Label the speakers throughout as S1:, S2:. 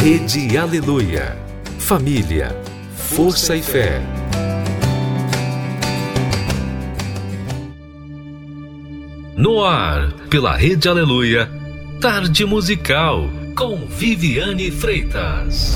S1: Rede Aleluia. Família, força e fé. No ar, pela Rede Aleluia, Tarde Musical, com Viviane Freitas.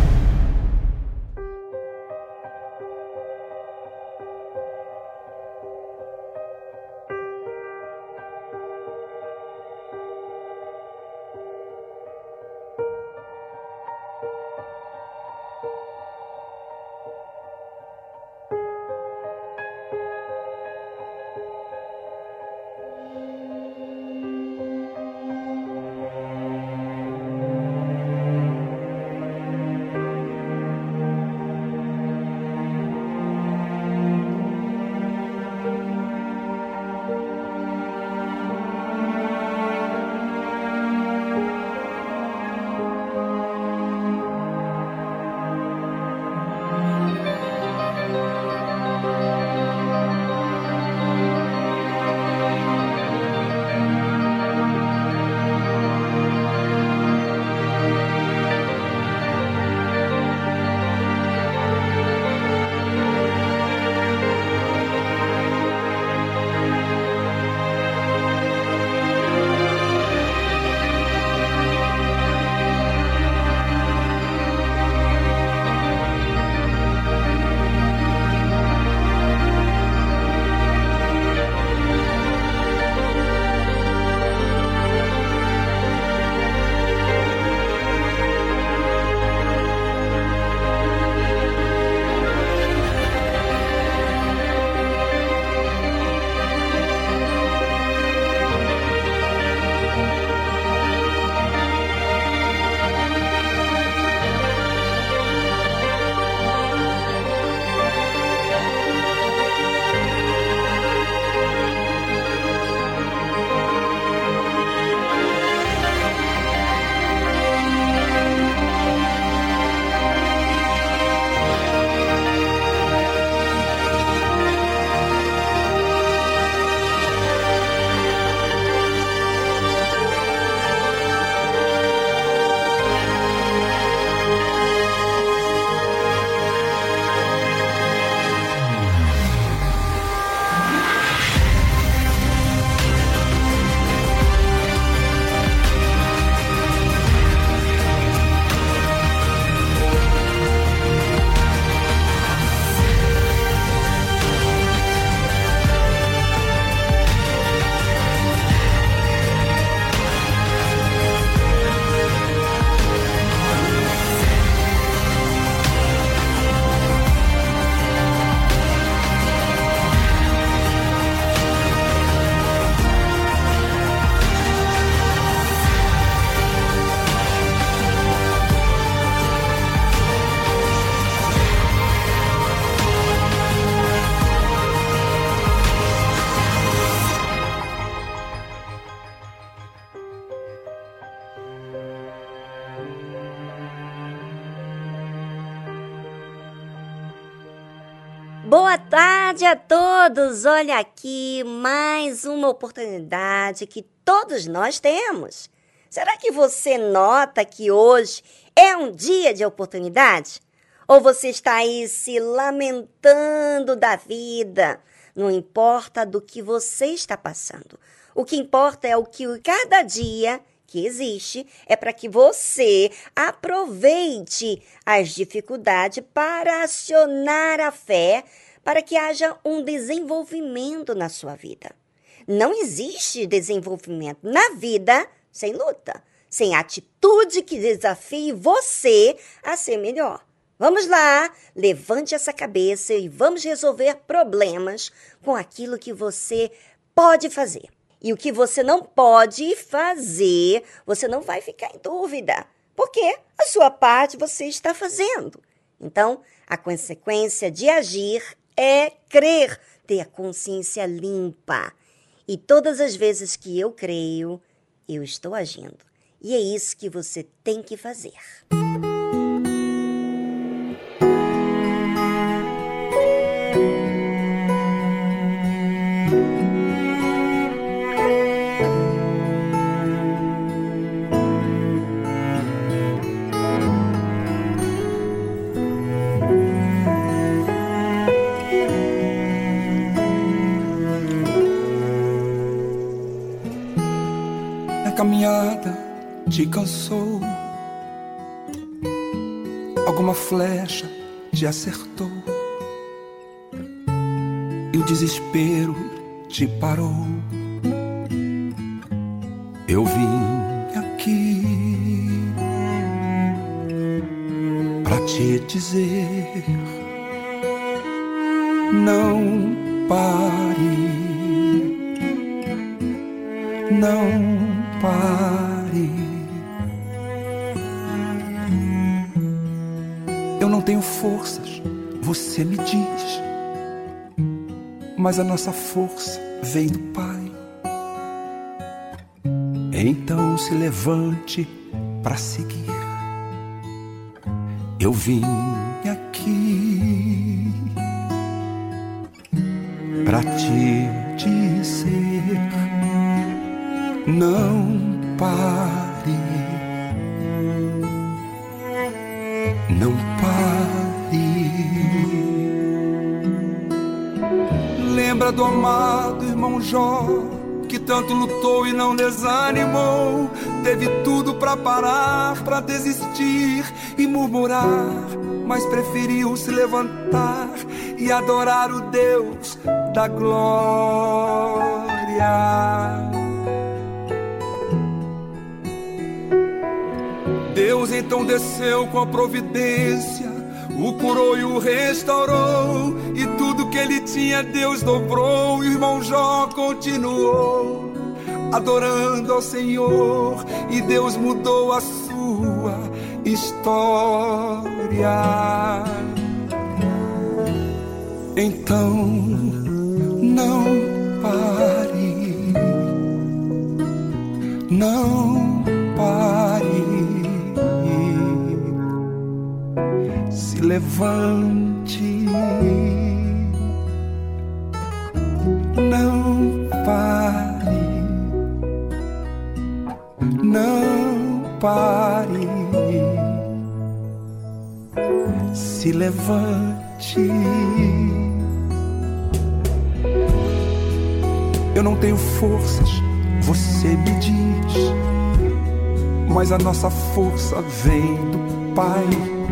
S2: Boa tarde a todos! Olha aqui, mais uma oportunidade que todos nós temos. Será que você nota que hoje é um dia de oportunidade? Ou você está aí se lamentando da vida? Não importa do que você está passando. O que importa é o que cada dia que existe é para que você aproveite as dificuldades para acionar a fé, para que haja um desenvolvimento na sua vida. Não existe desenvolvimento na vida sem luta, sem atitude que desafie você a ser melhor. Vamos lá, levante essa cabeça e vamos resolver problemas com aquilo que você pode fazer. E o que você não pode fazer, você não vai ficar em dúvida, porque a sua parte você está fazendo. Então, a consequência de agir é crer, ter a consciência limpa. E todas as vezes que eu creio, eu estou agindo. E é isso que você tem que fazer.
S3: te cansou, alguma flecha te acertou e o desespero te parou. Eu vim aqui pra te dizer: não pare, não pare. Eu não tenho forças, você me diz, mas a nossa força vem do Pai. Então se levante para seguir. Eu vim aqui pra te dizer: não pare, não pare. Lembra do amado irmão Jó, que tanto lutou e não desanimou. Teve tudo pra parar, pra desistir e murmurar, mas preferiu se levantar e adorar o Deus da glória. Deus então desceu com a providência, o curou e o restaurou, e tudo que ele tinha Deus dobrou. E o irmão Jó continuou adorando ao Senhor, e Deus mudou a sua história. Então não pare, não pare. Se levante, não pare, não pare. Se levante. Eu não tenho forças, você me diz, mas a nossa força vem do Pai.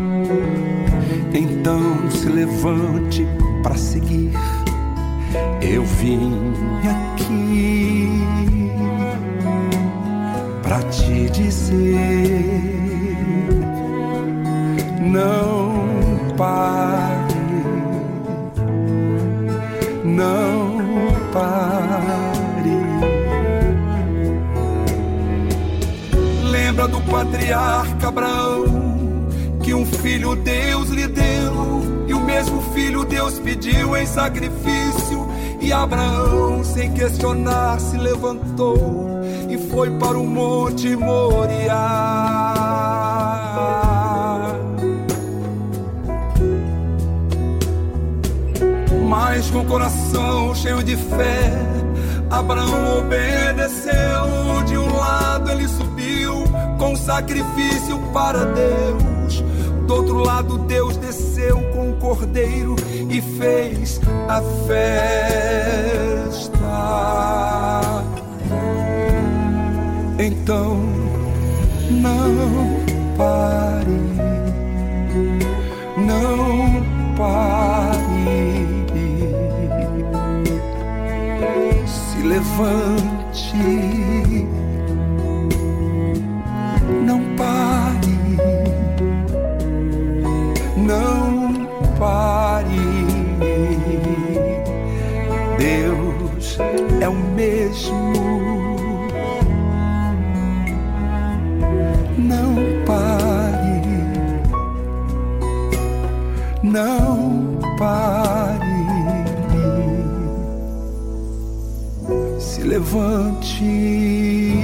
S3: Então se levante para seguir. Eu vim aqui pra te dizer: não pare, não pare. Lembra do patriarca Abraão, que um filho Deus lhe deu, e o mesmo filho Deus pediu em sacrifício. E Abraão, sem questionar, se levantou e foi para o Monte Moriá. Mas com o coração cheio de fé, Abraão obedeceu. De um lado ele subiu com sacrifício para Deus, do outro lado Deus desceu com o cordeiro e fez a festa. Então não pare, não pare. Se levante, não pare, não pare. Deus é o mesmo. Não pare, não pare. Se levante.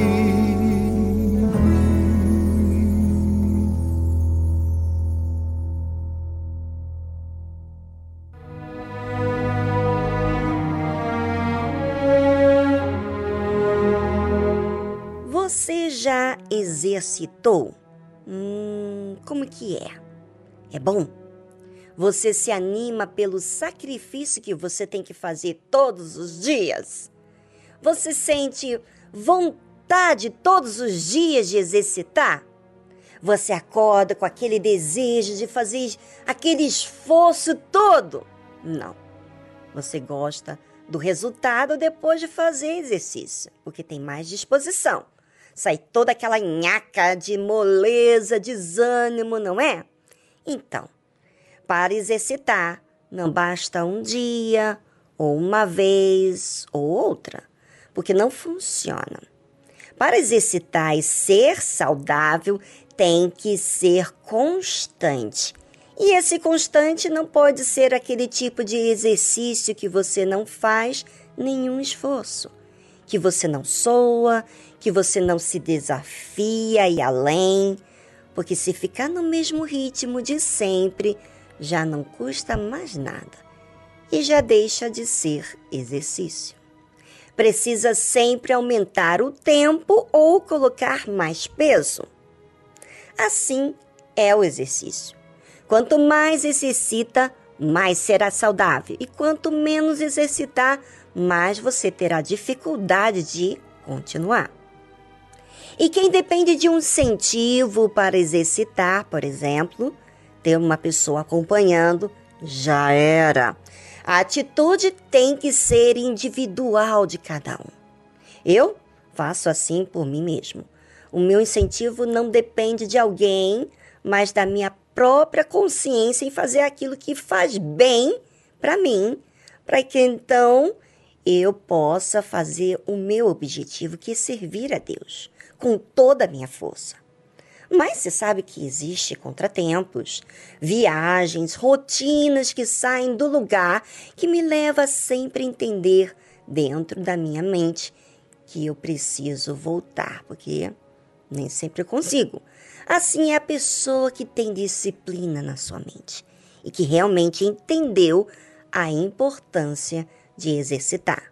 S2: Você já exercitou? Como que é? É bom? Você se anima pelo sacrifício que você tem que fazer todos os dias? Você sente vontade vontade todos os dias de exercitar? Você acorda com aquele desejo de fazer aquele esforço todo? Não. Você gosta do resultado depois de fazer exercício, porque tem mais disposição. Sai toda aquela nhaca de moleza, desânimo, não é? Então, para exercitar, não basta um dia, ou uma vez, ou outra, porque não funciona. Para exercitar e ser saudável, tem que ser constante. E esse constante não pode ser aquele tipo de exercício que você não faz nenhum esforço, que você não soa, que você não se desafia e além, porque se ficar no mesmo ritmo de sempre, já não custa mais nada e já deixa de ser exercício. Precisa sempre aumentar o tempo ou colocar mais peso. Assim é o exercício. Quanto mais exercita, mais será saudável. E quanto menos exercitar, mais você terá dificuldade de continuar. E quem depende de um incentivo para exercitar, por exemplo, ter uma pessoa acompanhando, já era. A atitude tem que ser individual de cada um. Eu faço assim por mim mesmo. O meu incentivo não depende de alguém, mas da minha própria consciência em fazer aquilo que faz bem para mim, para que então eu possa fazer o meu objetivo, que é servir a Deus, com toda a minha força. Mas você sabe que existe contratempos, viagens, rotinas que saem do lugar, que me leva sempre a entender dentro da minha mente que eu preciso voltar, porque nem sempre eu consigo. Assim é a pessoa que tem disciplina na sua mente e que realmente entendeu a importância de exercitar.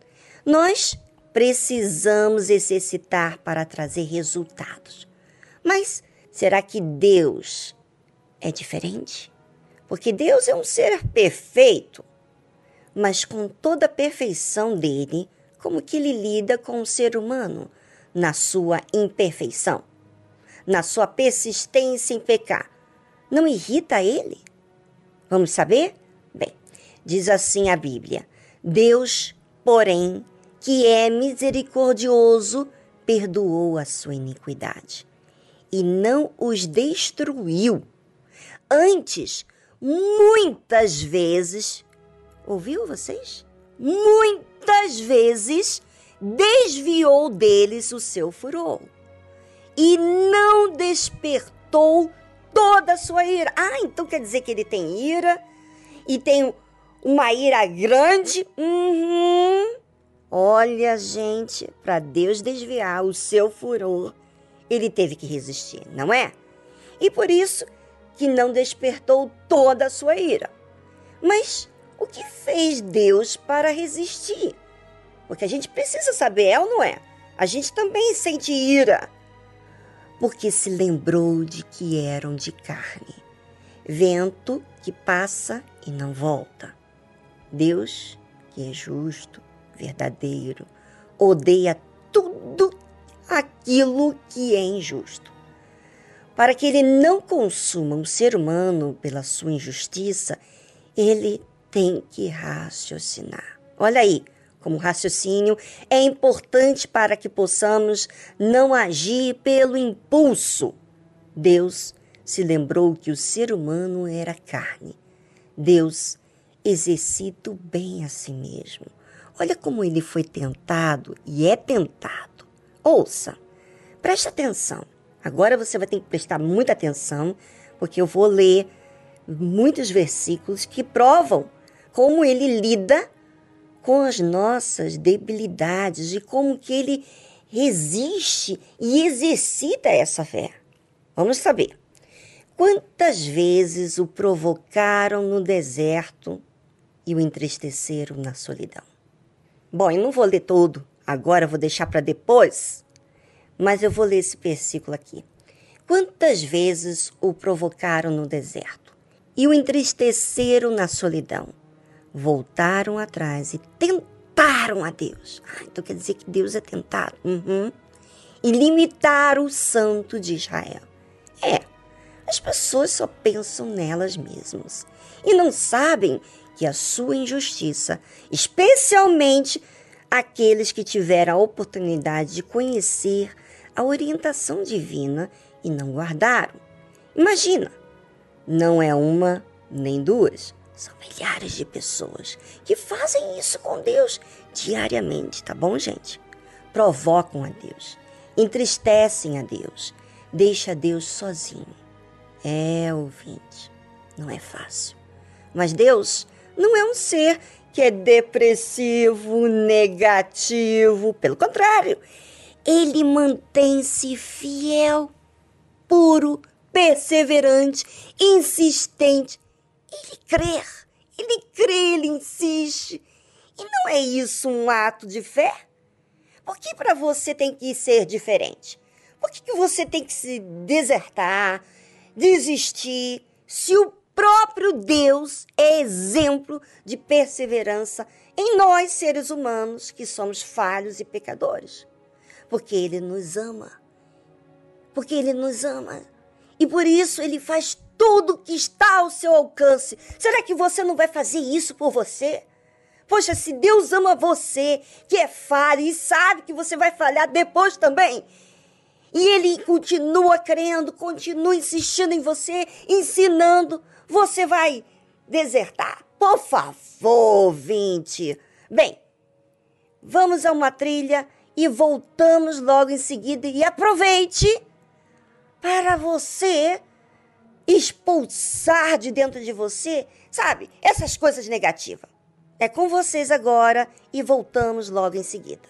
S2: Nós precisamos exercitar para trazer resultados. Mas será que Deus é diferente? Porque Deus é um ser perfeito, mas com toda a perfeição dele, como que ele lida com o ser humano na sua imperfeição, na sua persistência em pecar? Não irrita ele? Vamos saber? Bem, diz assim a Bíblia: Deus, porém, que é misericordioso, perdoou a sua iniquidade e não os destruiu. Antes, muitas vezes, ouviu vocês? Muitas vezes desviou deles o seu furor e não despertou toda a sua ira. Ah, então quer dizer que ele tem ira e tem uma ira grande? Olha, gente, para Deus desviar o seu furor, ele teve que resistir, não é? E por isso que não despertou toda a sua ira. Mas o que fez Deus para resistir? Porque a gente precisa saber, é ou não é? A gente também sente ira. Porque se lembrou de que eram de carne, vento que passa e não volta. Deus, que é justo, verdadeiro, odeia tudo aquilo que é injusto. Para que ele não consuma um ser humano pela sua injustiça, ele tem que raciocinar. Olha aí, como raciocínio é importante para que possamos não agir pelo impulso. Deus se lembrou que o ser humano era carne. Deus exercita o bem a si mesmo. Olha como ele foi tentado e é tentado. Ouça, preste atenção. Agora você vai ter que prestar muita atenção, porque eu vou ler muitos versículos que provam como ele lida com as nossas debilidades e como que ele resiste e exercita essa fé. Vamos saber. Quantas vezes o provocaram no deserto e o entristeceram na solidão? Bom, eu não vou ler todo, agora eu vou deixar para depois, mas eu vou ler esse versículo aqui. Quantas vezes o provocaram no deserto e o entristeceram na solidão? Voltaram atrás e tentaram a Deus. Então quer dizer que Deus é tentado. e limitar o Santo de Israel. As pessoas só pensam nelas mesmas e não sabem que a sua injustiça, especialmente aqueles que tiveram a oportunidade de conhecer a orientação divina e não guardaram. Imagina, não é uma nem duas, são milhares de pessoas que fazem isso com Deus diariamente, tá bom, gente? Provocam a Deus, entristecem a Deus, deixam Deus sozinho. Ouvinte, não é fácil. Mas Deus não é um ser que é depressivo, negativo. Pelo contrário, Ele mantém-se fiel, puro, perseverante, insistente. Ele crê, ele insiste. E não é isso um ato de fé? Por que para você tem que ser diferente? Por que você tem que se desertar, desistir, se o próprio Deus é exemplo de perseverança em nós, seres humanos, que somos falhos e pecadores? Porque Ele nos ama. Porque Ele nos ama. E por isso Ele faz tudo que está ao seu alcance. Será que você não vai fazer isso por você? Poxa, se Deus ama você, que é falho e sabe que você vai falhar depois também, e Ele continua crendo, continua insistindo em você, ensinando, você vai desertar? Por favor, ouvinte. Bem, vamos a uma trilha e voltamos logo em seguida. E aproveite para você expulsar de dentro de você, sabe, essas coisas negativas. É com vocês agora e voltamos logo em seguida.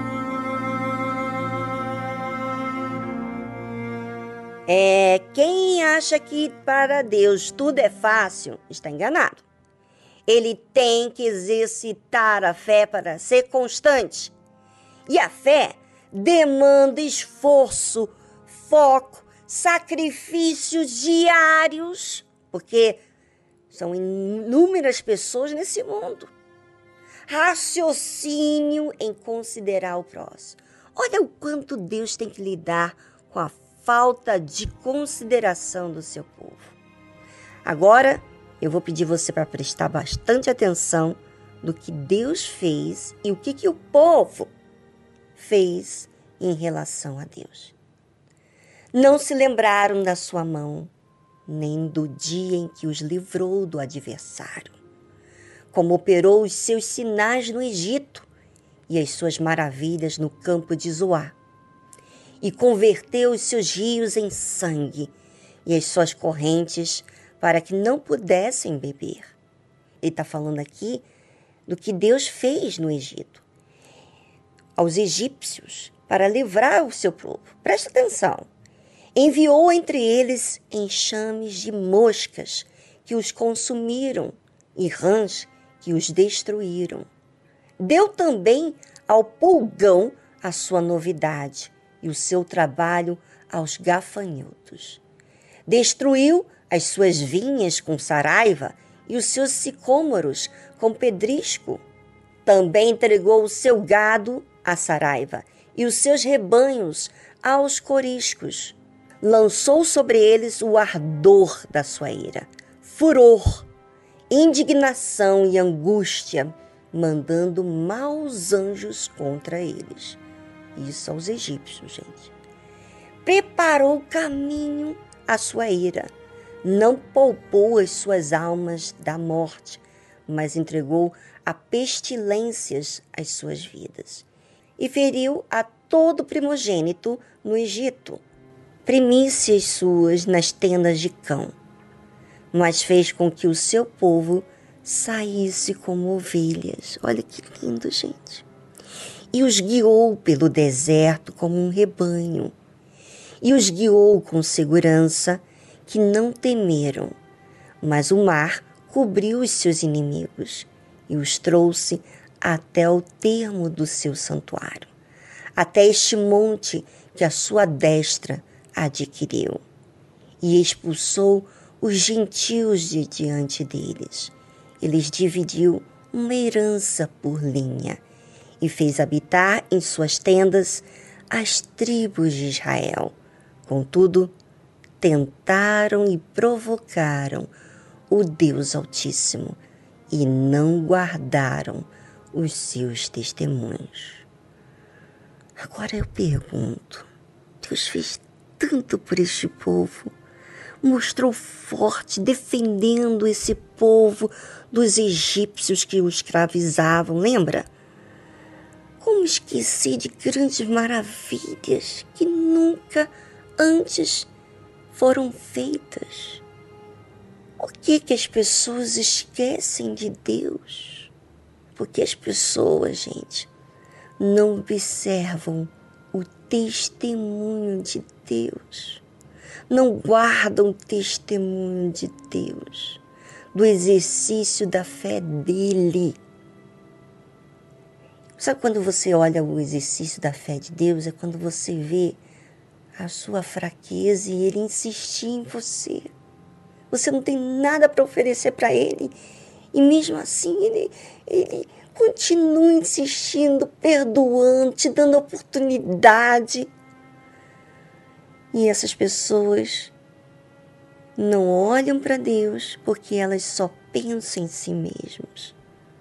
S2: Quem Quem acha que para Deus tudo é fácil, está enganado. Ele tem que exercitar a fé para ser constante. E a fé demanda esforço, foco, sacrifícios diários, porque são inúmeras pessoas nesse mundo. Raciocínio em considerar o próximo. Olha o quanto Deus tem que lidar com a falta de consideração do seu povo. Agora, eu vou pedir você para prestar bastante atenção do que Deus fez e o que o povo fez em relação a Deus. Não se lembraram da sua mão, nem do dia em que os livrou do adversário, como operou os seus sinais no Egito e as suas maravilhas no campo de Zoar, e converteu os seus rios em sangue e as suas correntes para que não pudessem beber. Ele está falando aqui do que Deus fez no Egito, aos egípcios, para livrar o seu povo. Presta atenção. Enviou entre eles enxames de moscas que os consumiram e rãs que os destruíram. Deu também ao pulgão a sua novidade e o seu trabalho aos gafanhotos. Destruiu as suas vinhas com saraiva e os seus sicômoros com pedrisco. Também entregou o seu gado à saraiva e os seus rebanhos aos coriscos. Lançou sobre eles o ardor da sua ira, furor, indignação e angústia, mandando maus anjos contra eles. Isso aos egípcios, gente. Preparou o caminho à sua ira, não poupou as suas almas da morte, mas entregou a pestilências as suas vidas. E feriu a todo primogênito no Egito, primícias suas nas tendas de cão, mas fez com que o seu povo saísse como ovelhas. Olha que lindo, gente. E os guiou pelo deserto como um rebanho, e os guiou com segurança, que não temeram. Mas o mar cobriu os seus inimigos e os trouxe até o termo do seu santuário, até este monte que a sua destra adquiriu, e expulsou os gentios de diante deles. Eles dividiu uma herança por linha e fez habitar em suas tendas as tribos de Israel. Contudo, tentaram e provocaram o Deus Altíssimo e não guardaram os seus testemunhos. Agora eu pergunto, Deus fez tanto por este povo, mostrou forte, defendendo esse povo dos egípcios que o escravizavam, lembra? Como esquecer de grandes maravilhas que nunca antes foram feitas? Por que as pessoas esquecem de Deus? Porque as pessoas, gente, não observam o testemunho de Deus, não guardam o testemunho de Deus, do exercício da fé dele. Sabe quando você olha o exercício da fé de Deus? É quando você vê a sua fraqueza e ele insistir em você. Você não tem nada para oferecer para ele e mesmo assim ele continua insistindo, perdoando, te dando oportunidade. E essas pessoas não olham para Deus porque elas só pensam em si mesmas.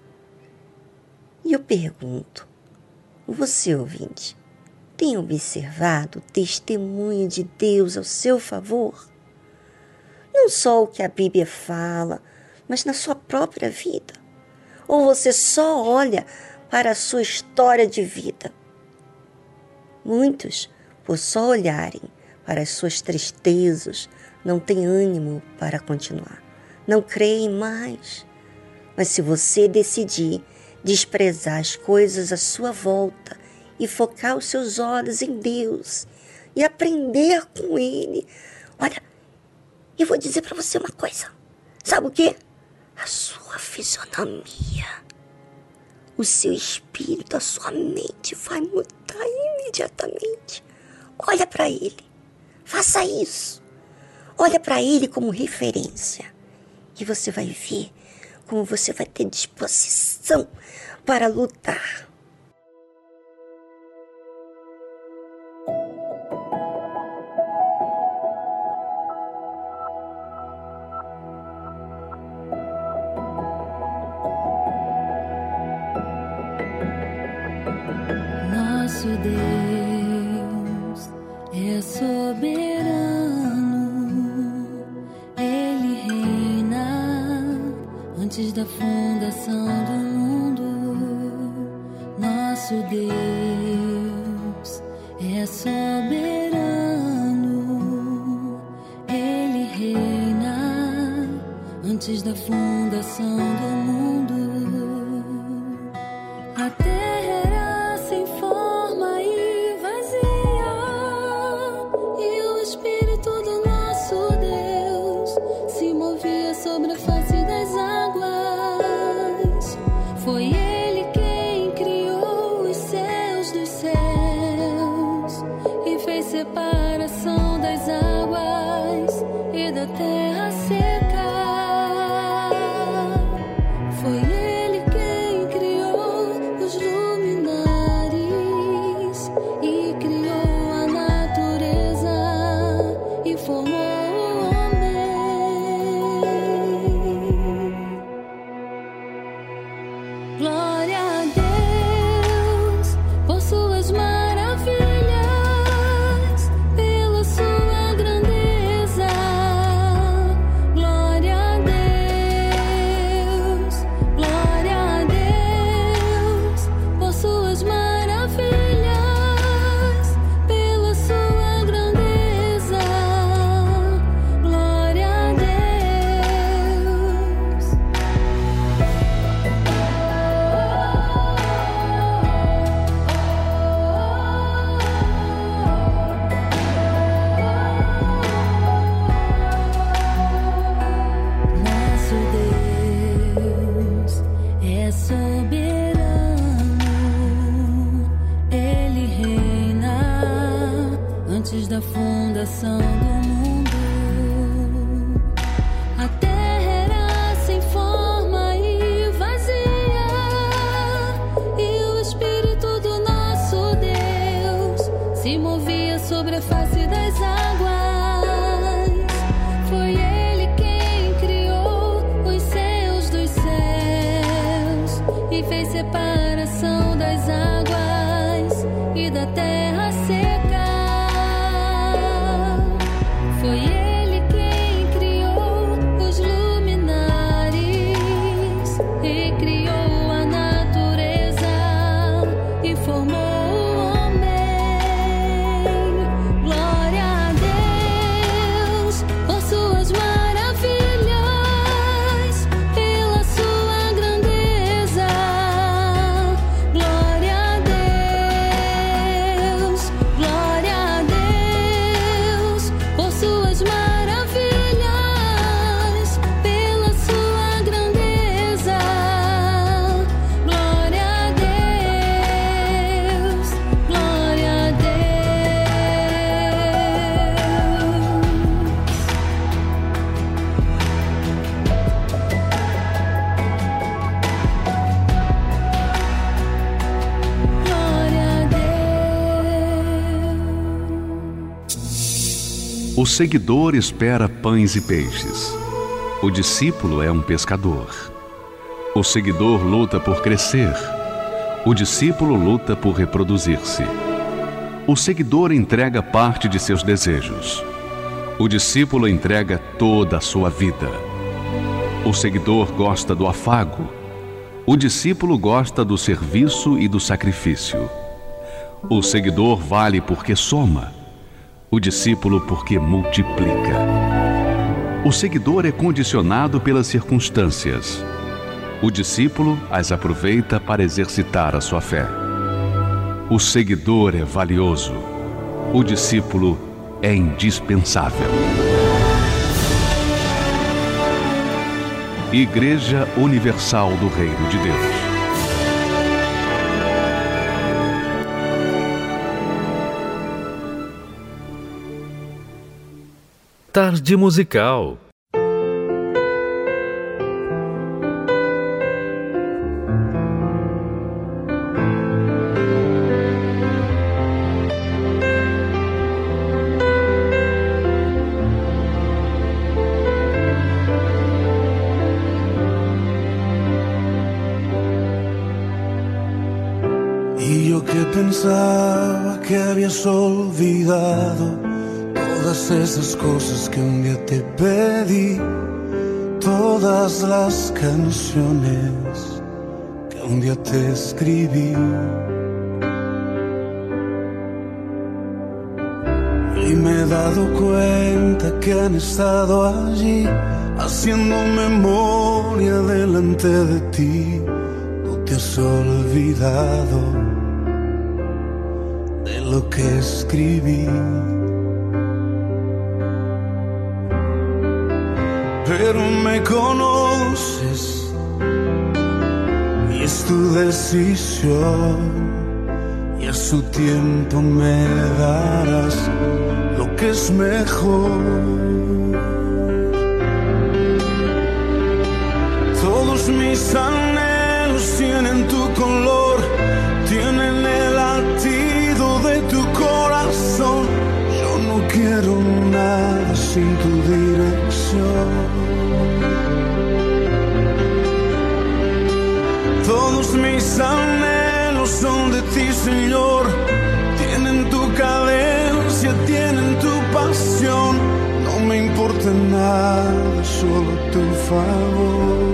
S2: E eu pergunto, você ouvinte, tem observado o testemunho de Deus ao seu favor? Não só o que a Bíblia fala, mas na sua própria vida. Ou você só olha para a sua história de vida? Muitos, por só olharem para as suas tristezas, não têm ânimo para continuar. Não creem mais. Mas se você decidir desprezar as coisas à sua volta e focar os seus olhos em Deus e aprender com Ele, olha, E vou dizer para você uma coisa. Sabe o quê? A sua fisionomia, o seu espírito, a sua mente vai mudar imediatamente. Olha para ele. Faça isso. Olha para ele como referência. E você vai ver como você vai ter disposição para lutar.
S4: Nosso Deus é soberano, Ele reina antes da fundação do mundo. Nosso Deus é soberano, Ele reina antes da fundação do mundo. A terra era sem forma e vazia, e o Espírito do nosso Deus se movia sobre a face das águas. Foi Ele quem criou os céus dos céus e fez separação das águas e da terra seca. Foi Ele quem criou os luminares e criou a natureza e formou o homem. Glória a Deus por suas maravilhas, pela sua grandeza. Glória a Deus por suas maravilhas, pela sua grandeza. Glória a Deus. Nosso Deus é soberano, Ele reina antes da fundação do mundo. A terra era sem forma e vazia, e o Espírito do nosso Deus se movia sobre a face das águas. Foi Ele quem criou os céus dos céus e fez separação das águas e da terra seca. Foi Ele quem criou os luminares e criou a natureza e formou o homem. Glória a Deus por suas maravilhas, pela sua grandeza. Glória a Deus por suas maravilhas, pela sua grandeza. Glória a Deus, glória a Deus. Glória a Deus.
S5: O seguidor espera pães e peixes. O discípulo é um pescador. O seguidor luta por crescer. O discípulo luta por reproduzir-se. O seguidor entrega parte de seus desejos. O discípulo entrega toda a sua vida. O seguidor gosta do afago. O discípulo gosta do serviço e do sacrifício. O seguidor vale porque soma. O discípulo porque multiplica. O seguidor é condicionado pelas circunstâncias. O discípulo as aproveita para exercitar a sua fé. O seguidor é valioso. O discípulo é indispensável. Igreja Universal do Reino de Deus.
S1: Tarde musical.
S6: Pensaba que habías olvidado todas esas cosas que un día te pedí, todas las canciones que un día te escribí. Y me he dado cuenta que han estado allí, haciendo memoria delante de ti. No te has olvidado lo que escribí, pero me conoces y es tu decisión, y a su tiempo me darás lo que es mejor. Todos mis anhelos tienen tu color, tienen el latido de tu corazón. Yo no quiero nada sin tu dirección. Todos mis anhelos son de ti, Señor. Tienen tu cadencia, tienen tu pasión. No me importa nada, solo tu favor.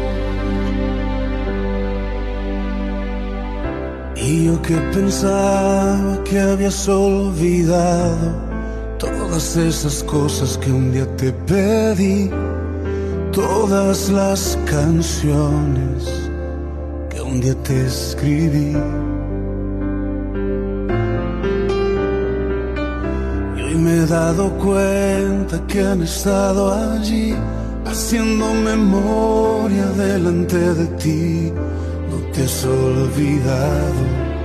S6: Y yo que pensaba que habías olvidado todas esas cosas que un día te pedí, todas las canciones que un día te escribí. Y hoy me he dado cuenta que han estado allí, haciendo memoria delante de ti. No te has olvidado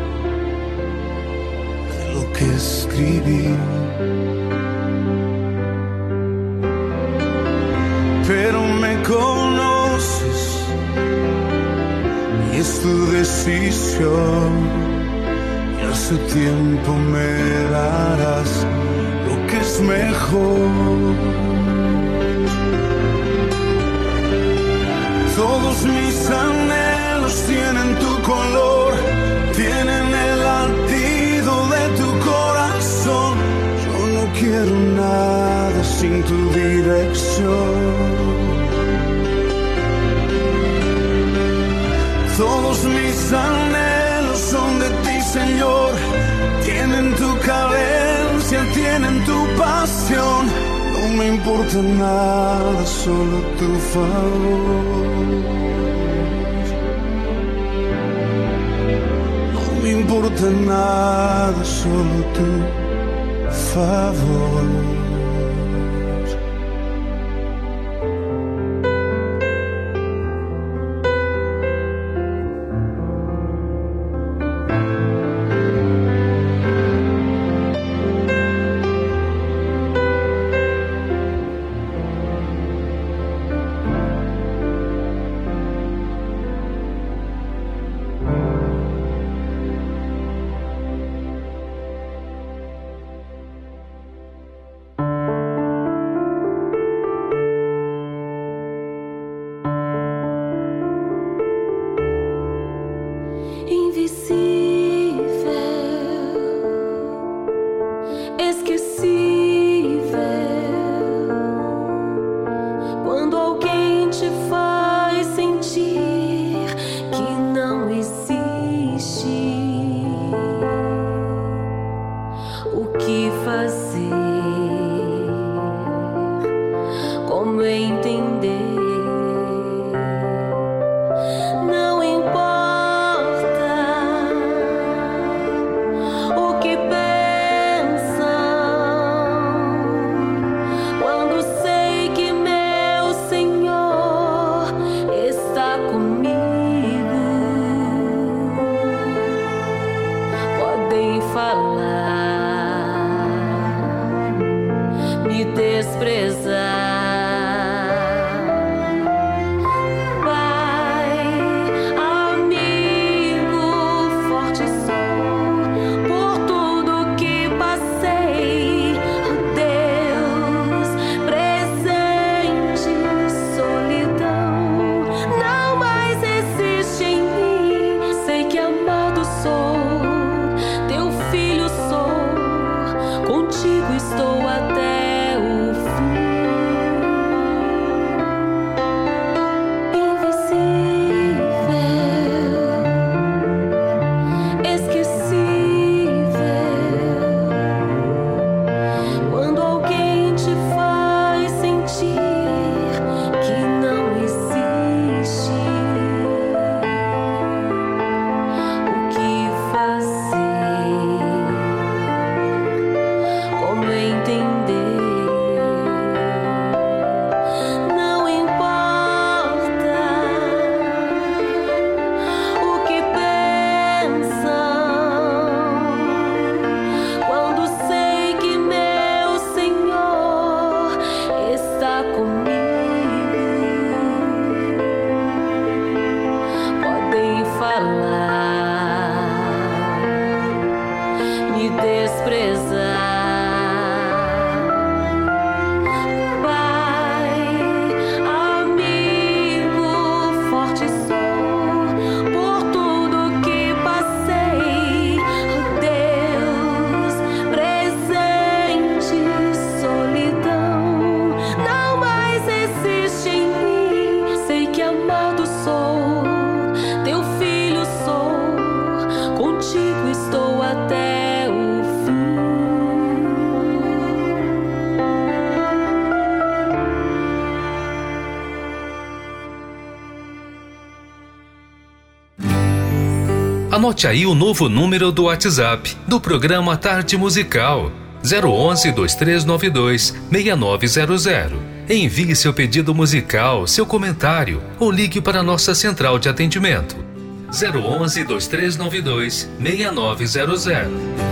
S6: de lo que escribí, pero me conoces y es tu decisión, y a su tiempo me darás lo que es mejor. Todos mis anhelos tienen tu color, tienen el latido de tu corazón. Yo no quiero nada sin tu dirección. Todos mis anhelos son de ti, Señor. Tienen tu cadencia, tienen tu pasión. No me importa nada, solo tu favor. No me importa nada, solo tu favor.
S1: Anote aí o novo número do WhatsApp do programa Tarde Musical: 011-2392-6900. Envie seu pedido musical, seu comentário ou ligue para nossa central de atendimento: 011-2392-6900.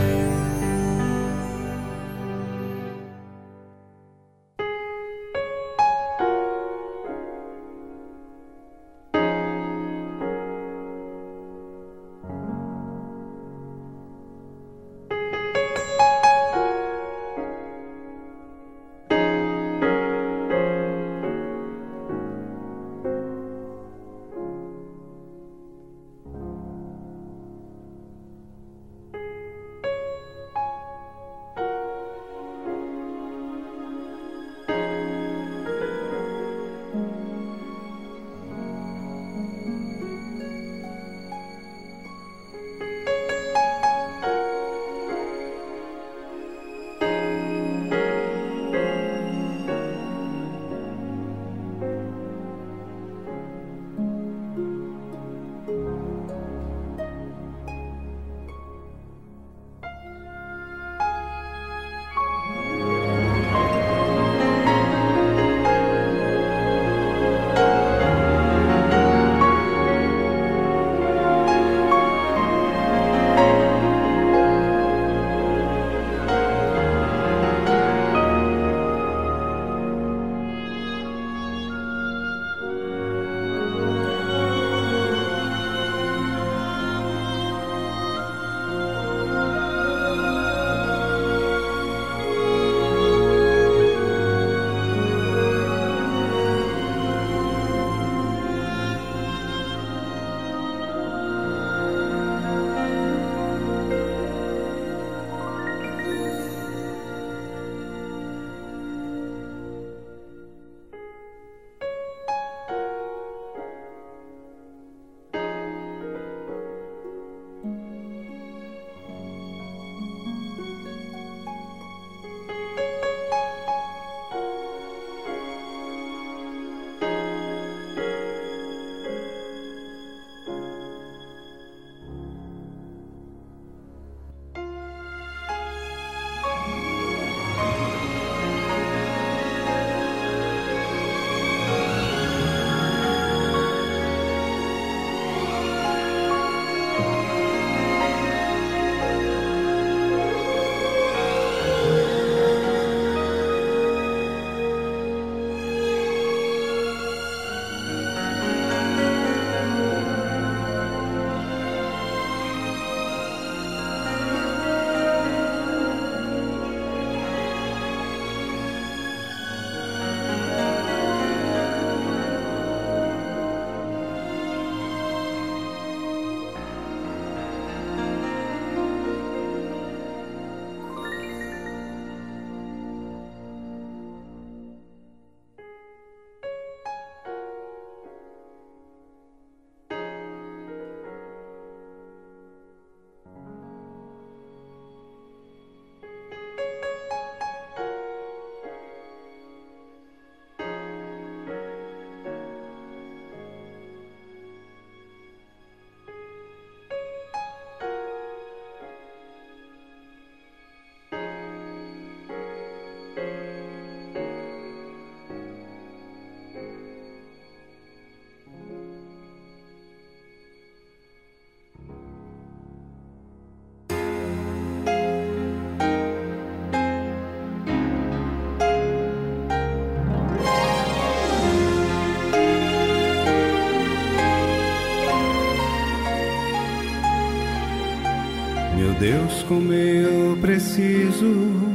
S6: Deus, como eu preciso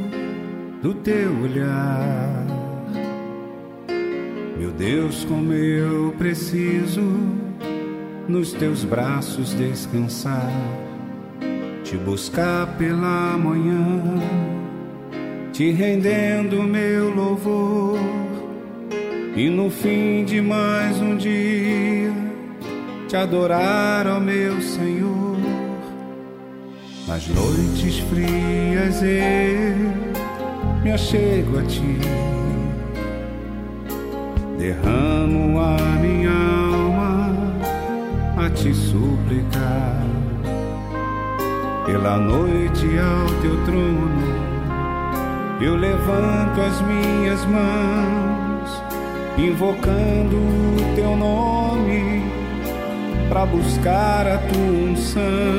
S6: do teu olhar. Meu Deus, como eu preciso nos teus braços descansar, te buscar pela manhã, te rendendo meu louvor, e no fim de mais um dia te adorar, ó meu Senhor. Nas noites frias eu me achego a ti, derramo a minha alma a te suplicar.
S3: Pela noite ao teu trono eu levanto as minhas mãos, invocando o teu nome pra buscar a tua unção.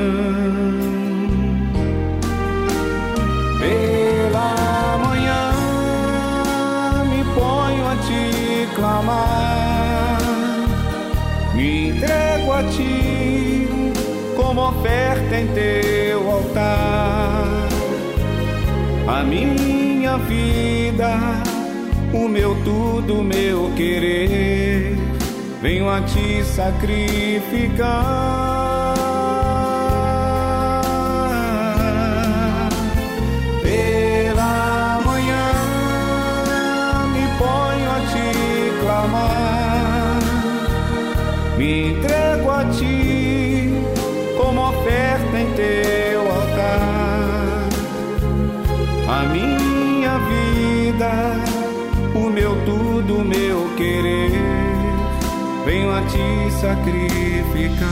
S3: Pela manhã me ponho a te clamar, me entrego a ti como oferta em teu altar. A minha vida, o meu tudo, o meu querer, venho a te sacrificar. Pela manhã me ponho a te clamar, me entrego a ti como oferta em teu altar. A minha vida, o meu tudo, o meu querer, venho a te sacrificar.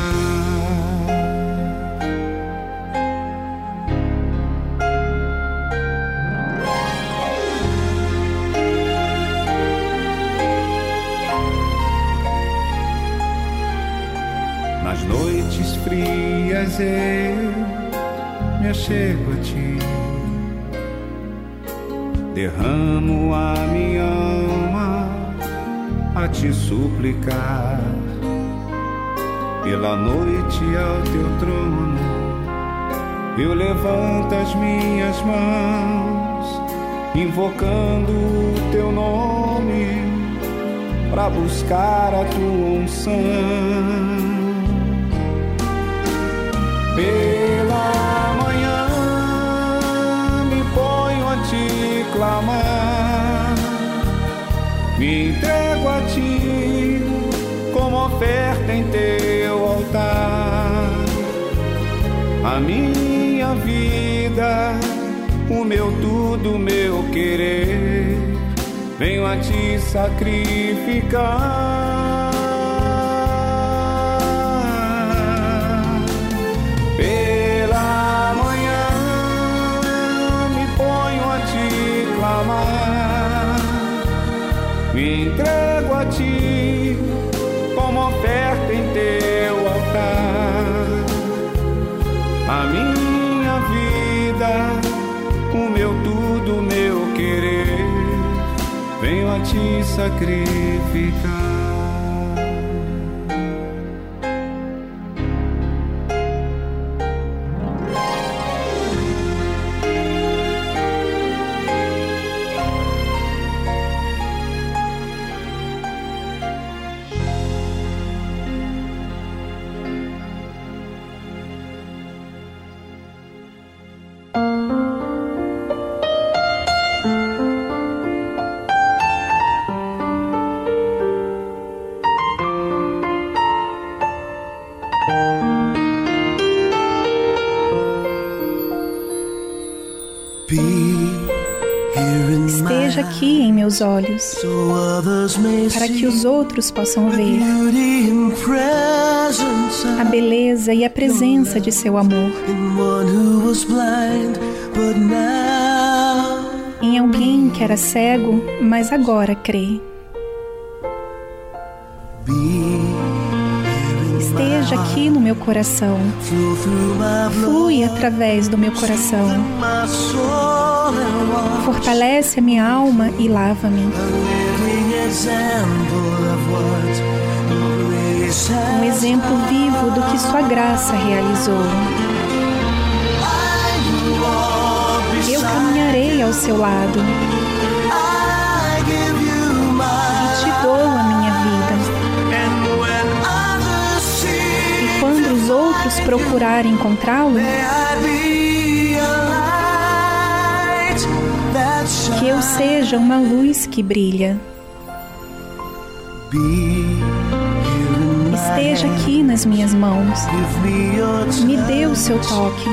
S3: Nas noites frias eu me achego a ti, derramo a minha alma a te suplicar. Pela noite ao teu trono eu levanto as minhas mãos, invocando o teu nome pra buscar a tua unção. Pela manhã me ponho a te clamar, me entrego a ti como oferta em teu altar. A minha vida, o meu tudo, o meu querer, venho a te sacrificar. Pela manhã me ponho a te clamar, me entrego a ti como oferta em teu altar. A minha vida, o meu tudo, o meu querer, venho a te sacrificar.
S7: Esteja aqui em meus olhos, para que os outros possam ver a beleza e a presença de seu amor em alguém que era cego, mas agora crê. Esteja aqui no meu coração, flui através do meu coração, fortalece a minha alma e lava-me. Um exemplo vivo do que sua graça realizou. Eu caminharei ao seu lado e te dou a minha vida. E quando os outros procurarem encontrá-lo, que eu seja uma luz que brilha. Esteja aqui nas minhas mãos, me dê o seu toque.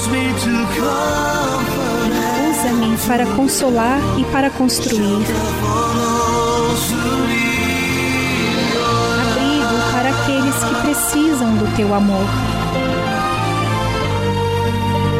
S7: Usa-me para consolar e para construir. Abrigo para aqueles que precisam do teu amor.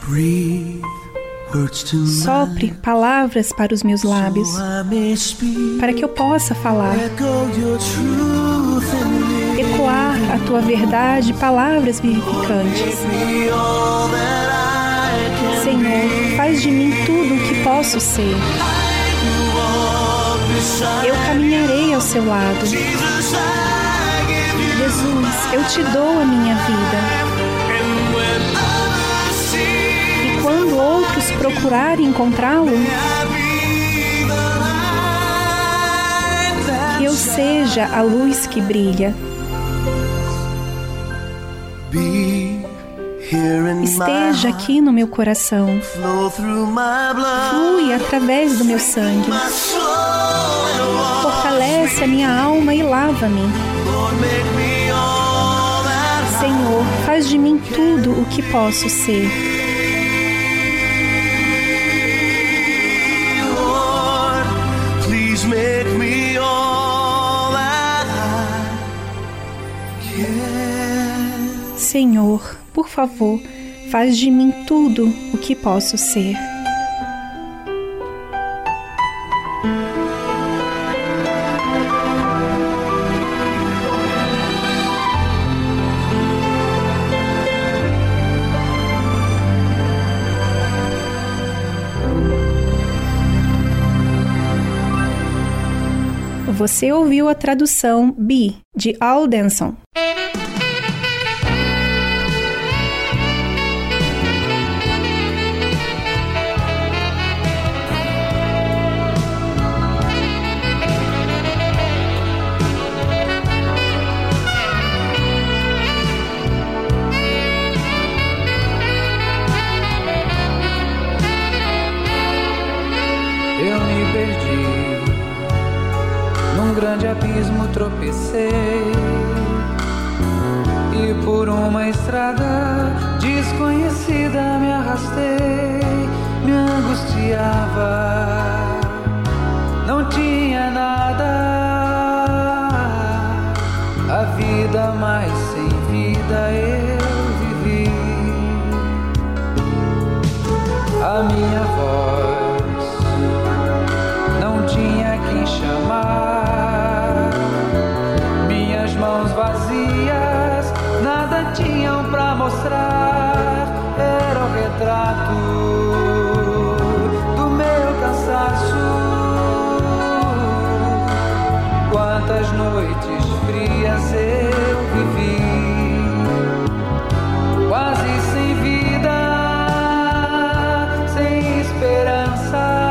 S7: Sopre palavras para os meus lábios, para que eu possa falar, ecoar a tua verdade, palavras vivificantes. Senhor, faz de mim tudo o que posso ser. Eu caminharei ao seu lado. Jesus, eu te dou a minha vida. E quando outros procurarem encontrá-lo, que eu seja a luz que brilha. Esteja aqui no meu coração. Flui através do meu sangue. Fortalece a minha alma e lava-me. Senhor, faz de mim tudo o que posso ser. Senhor, por favor, faz de mim tudo o que posso ser. Você ouviu a tradução Be, de Al Denson.
S8: Eu me perdi, num grande abismo tropecei, e por uma estrada desconhecida me arrastei, me angustiava, não tinha nada, a vida mais sem vida eu vivi, a minha voz não tinha quem chamar, minhas mãos vazias nada tinham pra mostrar, era o retrato do meu cansaço. Quantas noites frias eu vivi, quase sem vida, sem esperança.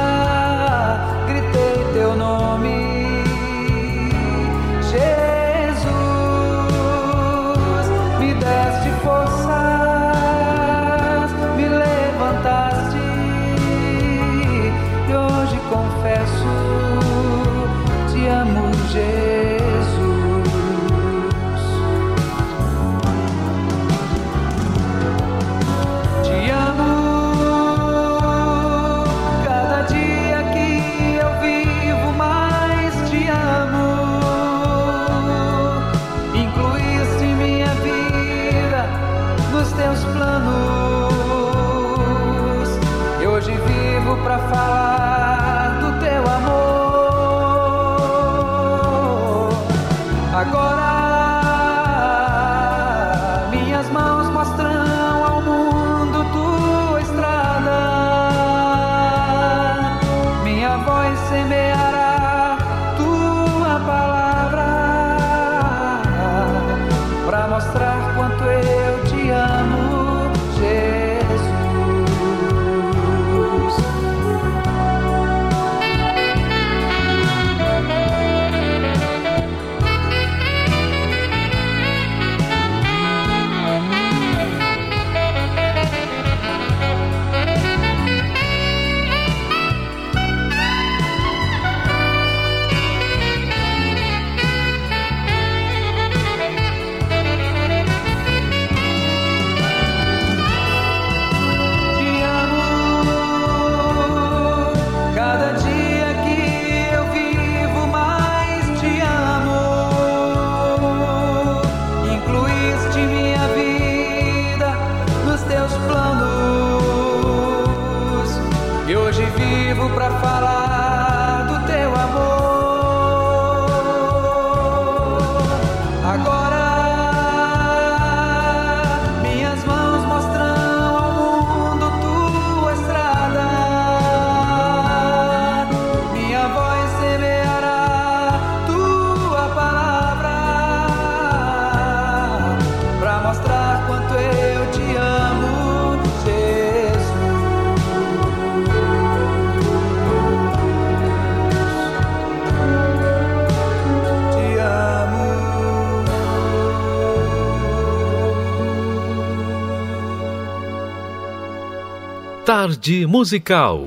S8: Pra falar do teu amor. Agora minhas mãos mostram ao mundo tua estrada, minha voz semeará tua palavra, pra mostrar quanto eu te amo, Jesus.
S1: Tarde Musical.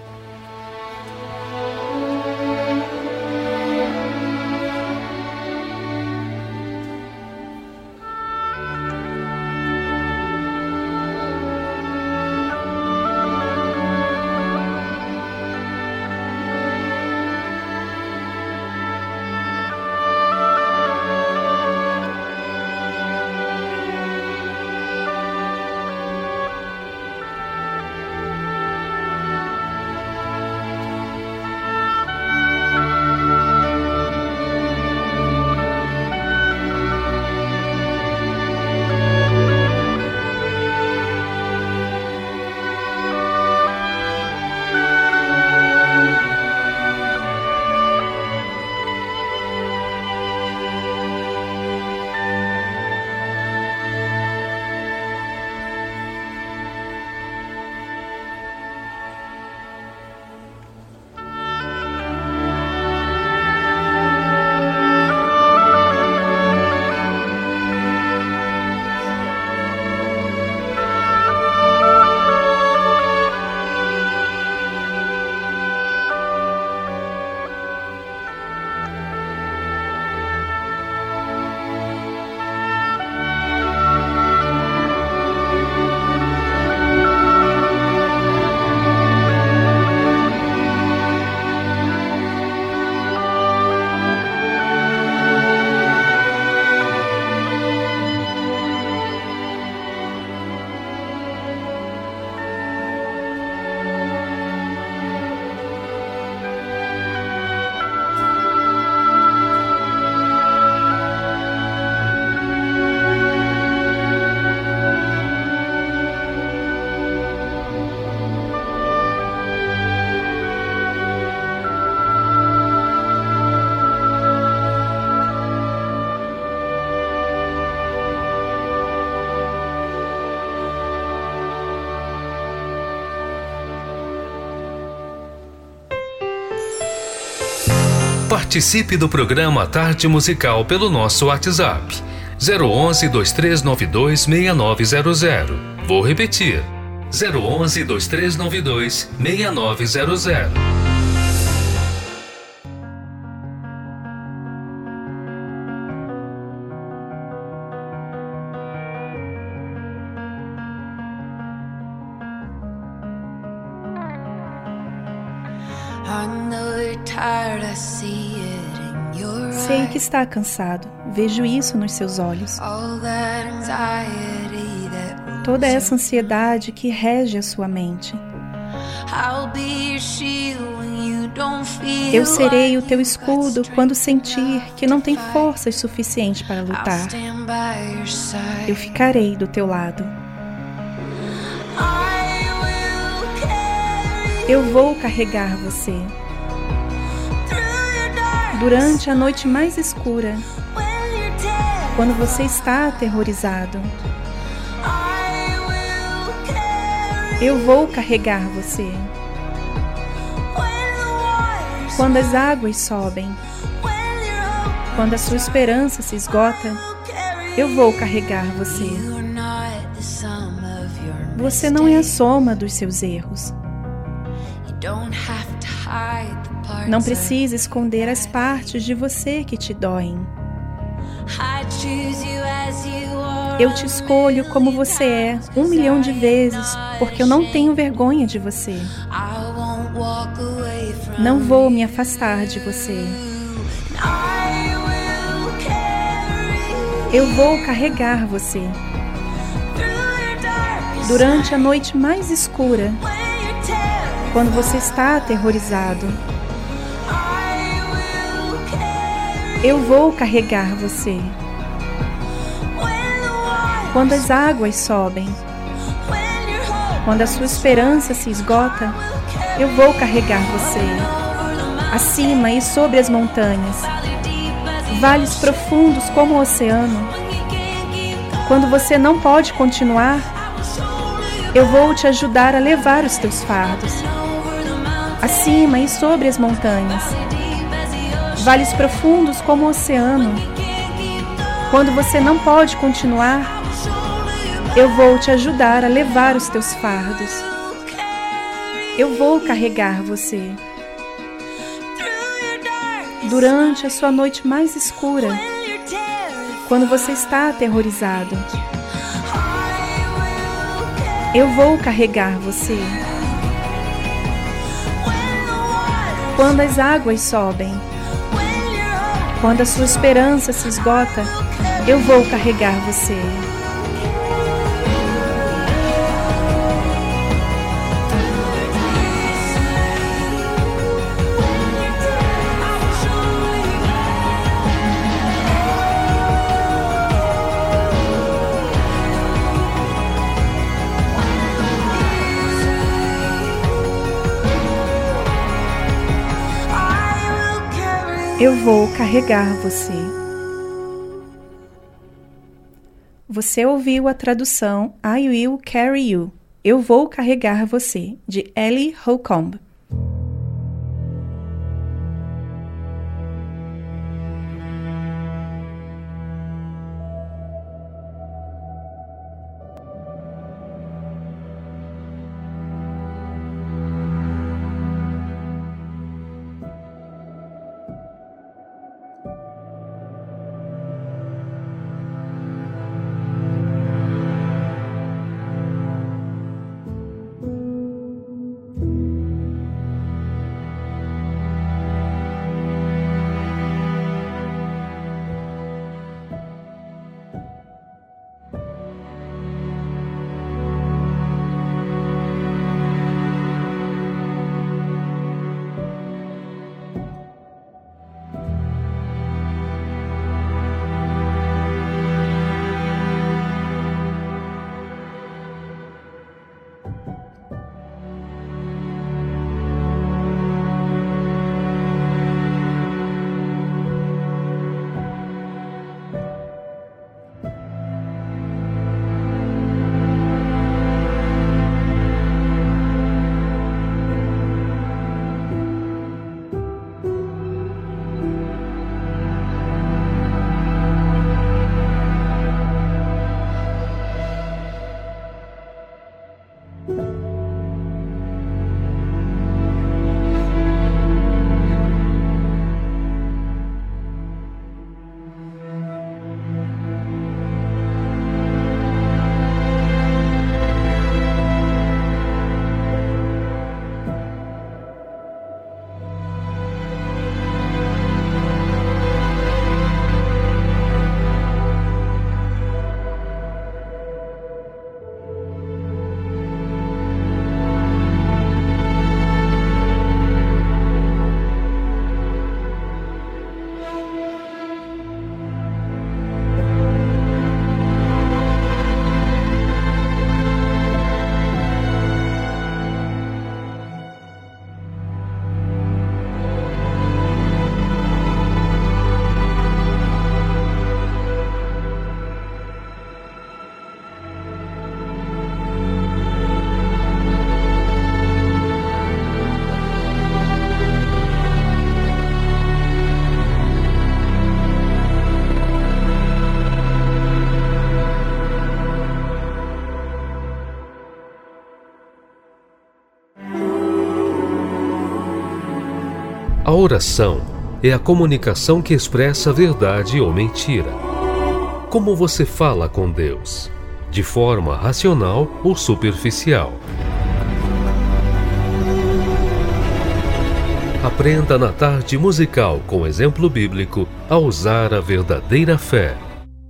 S1: Participe do programa Tarde Musical pelo nosso WhatsApp 011-2392-6900. Vou repetir, 011-2392-6900.
S7: Sei que está cansado, vejo isso nos seus olhos. Toda essa ansiedade que rege a sua mente. Eu serei o teu escudo quando sentir que não tem forças suficientes para lutar. Eu ficarei do teu lado. Eu vou carregar você. Durante a noite mais escura, quando você está aterrorizado, eu vou carregar você. Quando as águas sobem, quando a sua esperança se esgota, eu vou carregar você. Você não é a soma dos seus erros. Não precisa esconder as partes de você que te doem. Eu te escolho como você é 1 milhão de vezes, porque eu não tenho vergonha de você. Não vou me afastar de você. Eu vou carregar você. Durante a noite mais escura, quando você está aterrorizado, eu vou carregar você. Quando as águas sobem, quando a sua esperança se esgota, eu vou carregar você. Acima e sobre as montanhas, vales profundos como o oceano. Quando você não pode continuar, eu vou te ajudar a levar os teus fardos. Acima e sobre as montanhas, vales profundos como o oceano. Quando você não pode continuar, eu vou te ajudar a levar os teus fardos. Eu vou carregar você. Durante a sua noite mais escura, quando você está aterrorizado, eu vou carregar você. Quando as águas sobem, quando a sua esperança se esgota, eu vou carregar você. Eu vou carregar você. Você ouviu a tradução I Will Carry You. Eu vou carregar você, de Ellie Holcomb.
S1: A oração é a comunicação que expressa verdade ou mentira. Como você fala com Deus? De forma racional ou superficial? Aprenda na tarde musical com exemplo bíblico a usar a verdadeira fé.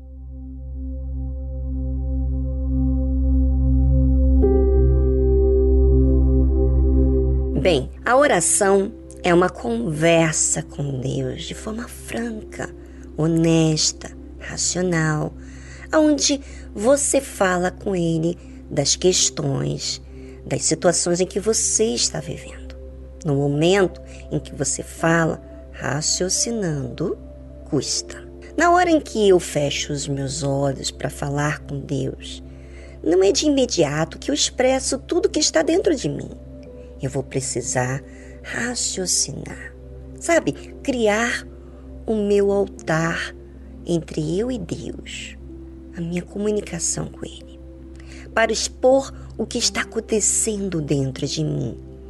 S2: Bem, a oração é uma conversa com Deus de forma franca, honesta, racional, onde você fala com Ele das questões, das situações em que você está vivendo. No momento em que você fala, raciocinando, custa. Na hora em que eu fecho os meus olhos para falar com Deus, não é de imediato que eu expresso tudo que está dentro de mim. Eu vou precisar raciocinar, sabe? Criar o meu altar entre eu e Deus, a minha comunicação com Ele, para expor o que está acontecendo dentro de mim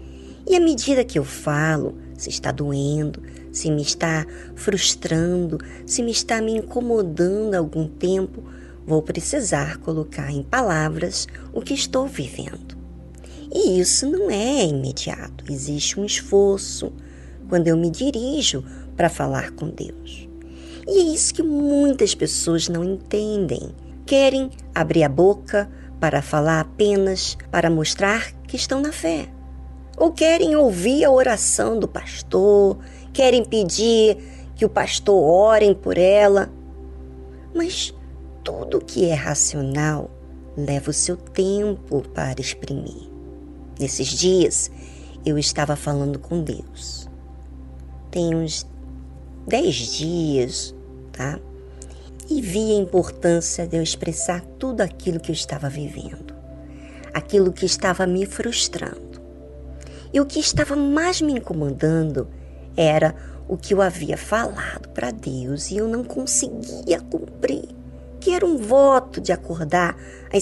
S2: E à medida que eu falo, se está doendo, se me está frustrando, se me está me incomodando há algum tempo, vou precisar colocar em palavras o que estou vivendo. E isso não é imediato, existe um esforço quando eu me dirijo para falar com Deus. E é isso que muitas pessoas não entendem. Querem abrir a boca para falar apenas para mostrar que estão na fé. Ou querem ouvir a oração do pastor, querem pedir que o pastor ore por ela. Mas tudo que é racional leva o seu tempo para exprimir. Nesses dias, eu estava falando com Deus. Tem uns 10 dias, tá? E vi a importância de eu expressar tudo aquilo que eu estava vivendo. Aquilo que estava me frustrando. E o que estava mais me incomodando era o que eu havia falado para Deus e eu não conseguia cumprir. Que era um voto de acordar às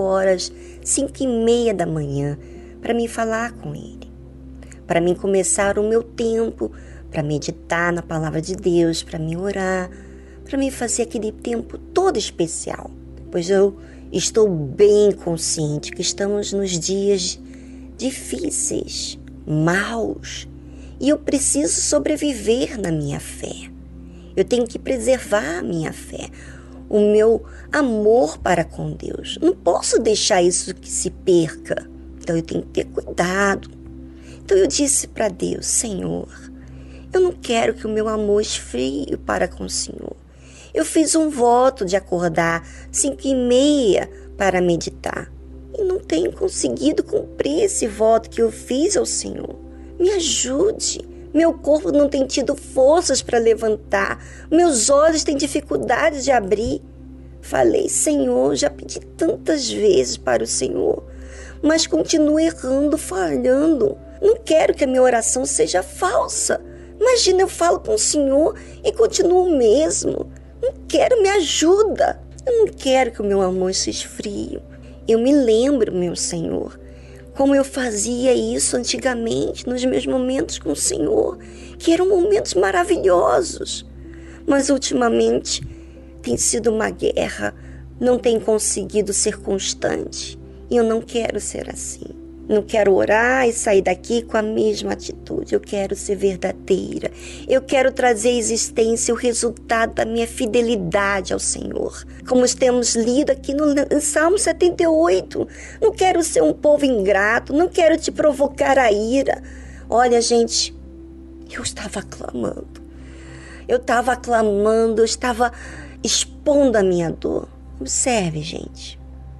S2: 5h30 da manhã para me falar com Ele. Para mim começar o meu tempo, para meditar na palavra de Deus, para me orar, para me fazer aquele tempo todo especial. Pois eu estou bem consciente que estamos nos dias difíceis, maus, e eu preciso sobreviver na minha fé. Eu tenho que preservar a minha fé, o meu amor para com Deus. Não posso deixar isso que se perca. Então eu tenho que ter cuidado. Então eu disse para Deus: Senhor, eu não quero que o meu amor esfrie para com o Senhor. Eu fiz um voto de acordar 5h30 para meditar. E não tenho conseguido cumprir esse voto que eu fiz ao Senhor. Me ajude. Meu corpo não tem tido forças para levantar. Meus olhos têm dificuldade de abrir. Falei: Senhor, já pedi tantas vezes para o Senhor, mas continuo errando, falhando. Não quero que a minha oração seja falsa. Imagina, eu falo com o Senhor e continuo o mesmo. Não quero, me ajuda. Eu não quero que o meu amor se esfrie. Eu me lembro, meu Senhor, como eu fazia isso antigamente, nos meus momentos com o Senhor, que eram momentos maravilhosos. Mas ultimamente tem sido uma guerra, não tenho conseguido ser constante. E eu não quero ser assim. Não quero orar e sair daqui com a mesma atitude. Eu quero ser verdadeira. Eu quero trazer à existência o resultado da minha fidelidade ao Senhor. Como temos lido aqui no Salmo 78. Não quero ser um povo ingrato. Não quero te provocar a ira. Olha, gente, eu estava clamando. Eu estava expondo a minha dor. Observe, gente.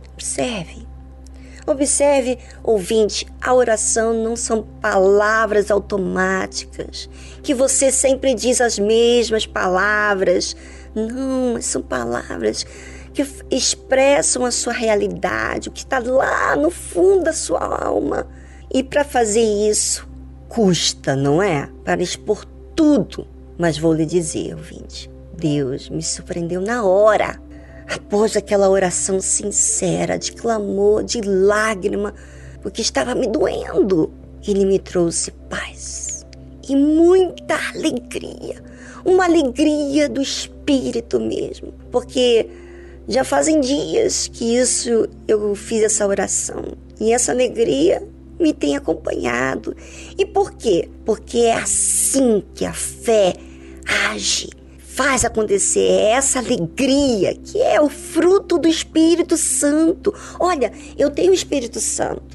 S2: Observe, ouvinte, a oração não são palavras automáticas, que você sempre diz as mesmas palavras. Não, são palavras que expressam a sua realidade, o que está lá no fundo da sua alma. E para fazer isso, custa, não é? Para expor tudo. Mas vou lhe dizer, ouvinte, Deus me surpreendeu na hora. Após aquela oração sincera, de clamor, de lágrima, porque estava me doendo, Ele me trouxe paz e muita alegria, uma alegria do espírito mesmo, porque já fazem dias que eu fiz essa oração e essa alegria me tem acompanhado. E por quê? Porque é assim que a fé age. Faz acontecer essa alegria que é o fruto do Espírito Santo. Olha, eu tenho o Espírito Santo,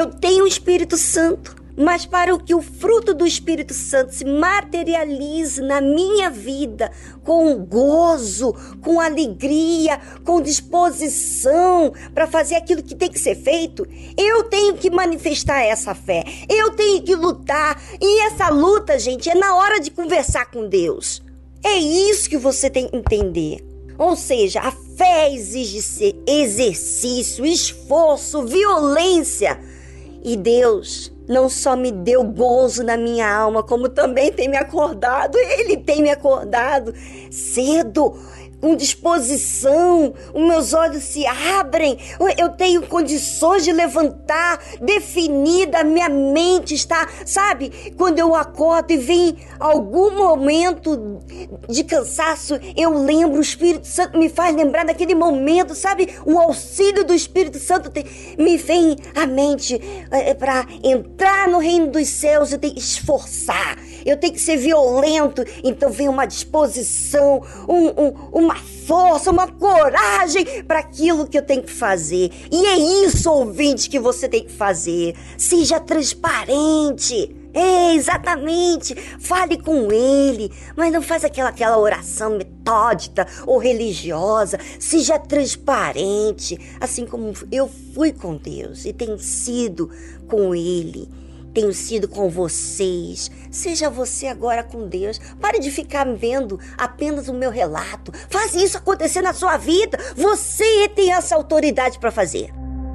S2: mas para que o fruto do Espírito Santo se materialize na minha vida com gozo, com alegria, com disposição para fazer aquilo que tem que ser feito, eu tenho que manifestar essa fé, eu tenho que lutar. E essa luta, gente, é na hora de conversar com Deus. É isso que você tem que entender. Ou seja, a fé exige exercício, esforço, violência. E Deus não só me deu gozo na minha alma, como também tem me acordado. Ele tem me acordado cedo, com disposição, os meus olhos se abrem, eu tenho condições de levantar, definida, a minha mente está, sabe? Quando eu acordo e vem algum momento de cansaço, eu lembro, o Espírito Santo me faz lembrar daquele momento, sabe? O auxílio do Espírito Santo me vem à mente para entrar no reino dos céus, eu tenho que esforçar, eu tenho que ser violento, então vem uma disposição, uma força, uma coragem para aquilo que eu tenho que fazer. E é isso, ouvinte, que você tem que fazer. Seja transparente. Exatamente. Fale com ele, mas não faz aquela oração metódica ou religiosa. Seja transparente, assim como eu fui com Deus e tenho sido com ele. Tenho sido com vocês. Seja você agora com Deus. Pare de ficar vendo apenas o meu relato. Faz isso acontecer na sua vida. Você tem essa autoridade para fazer.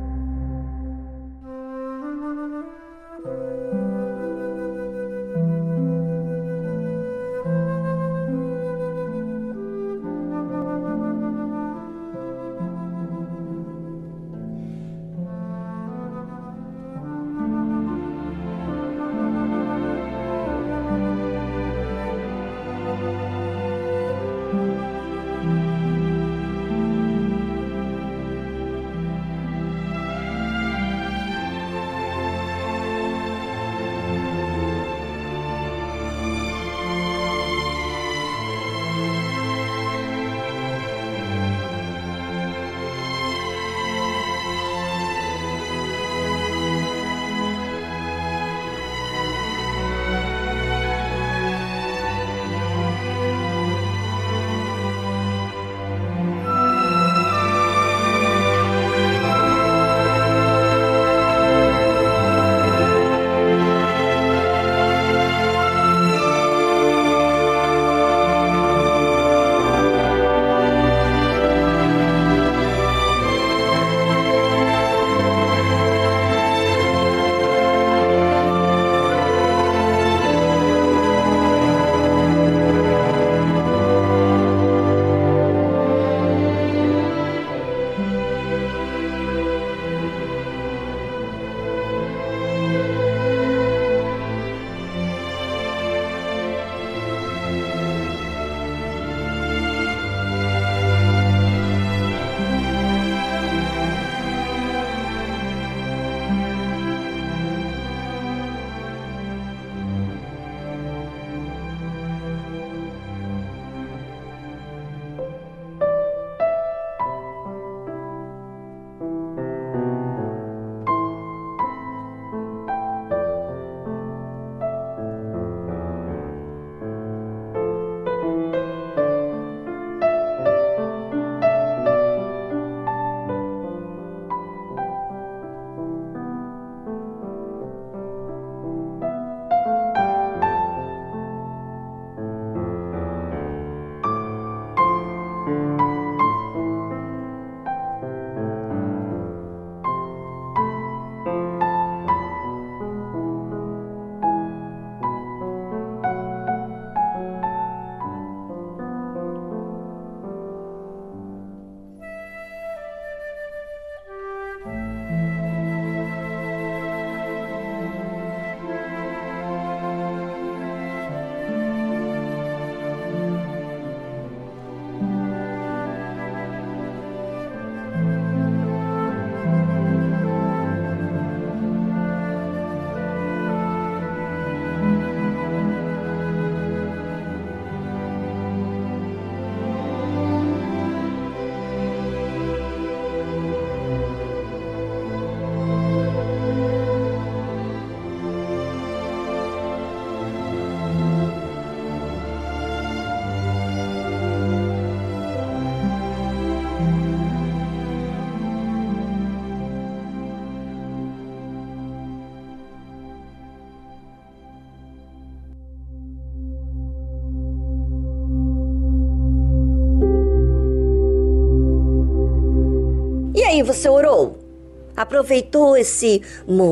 S2: aí, você orou? Aproveitou esse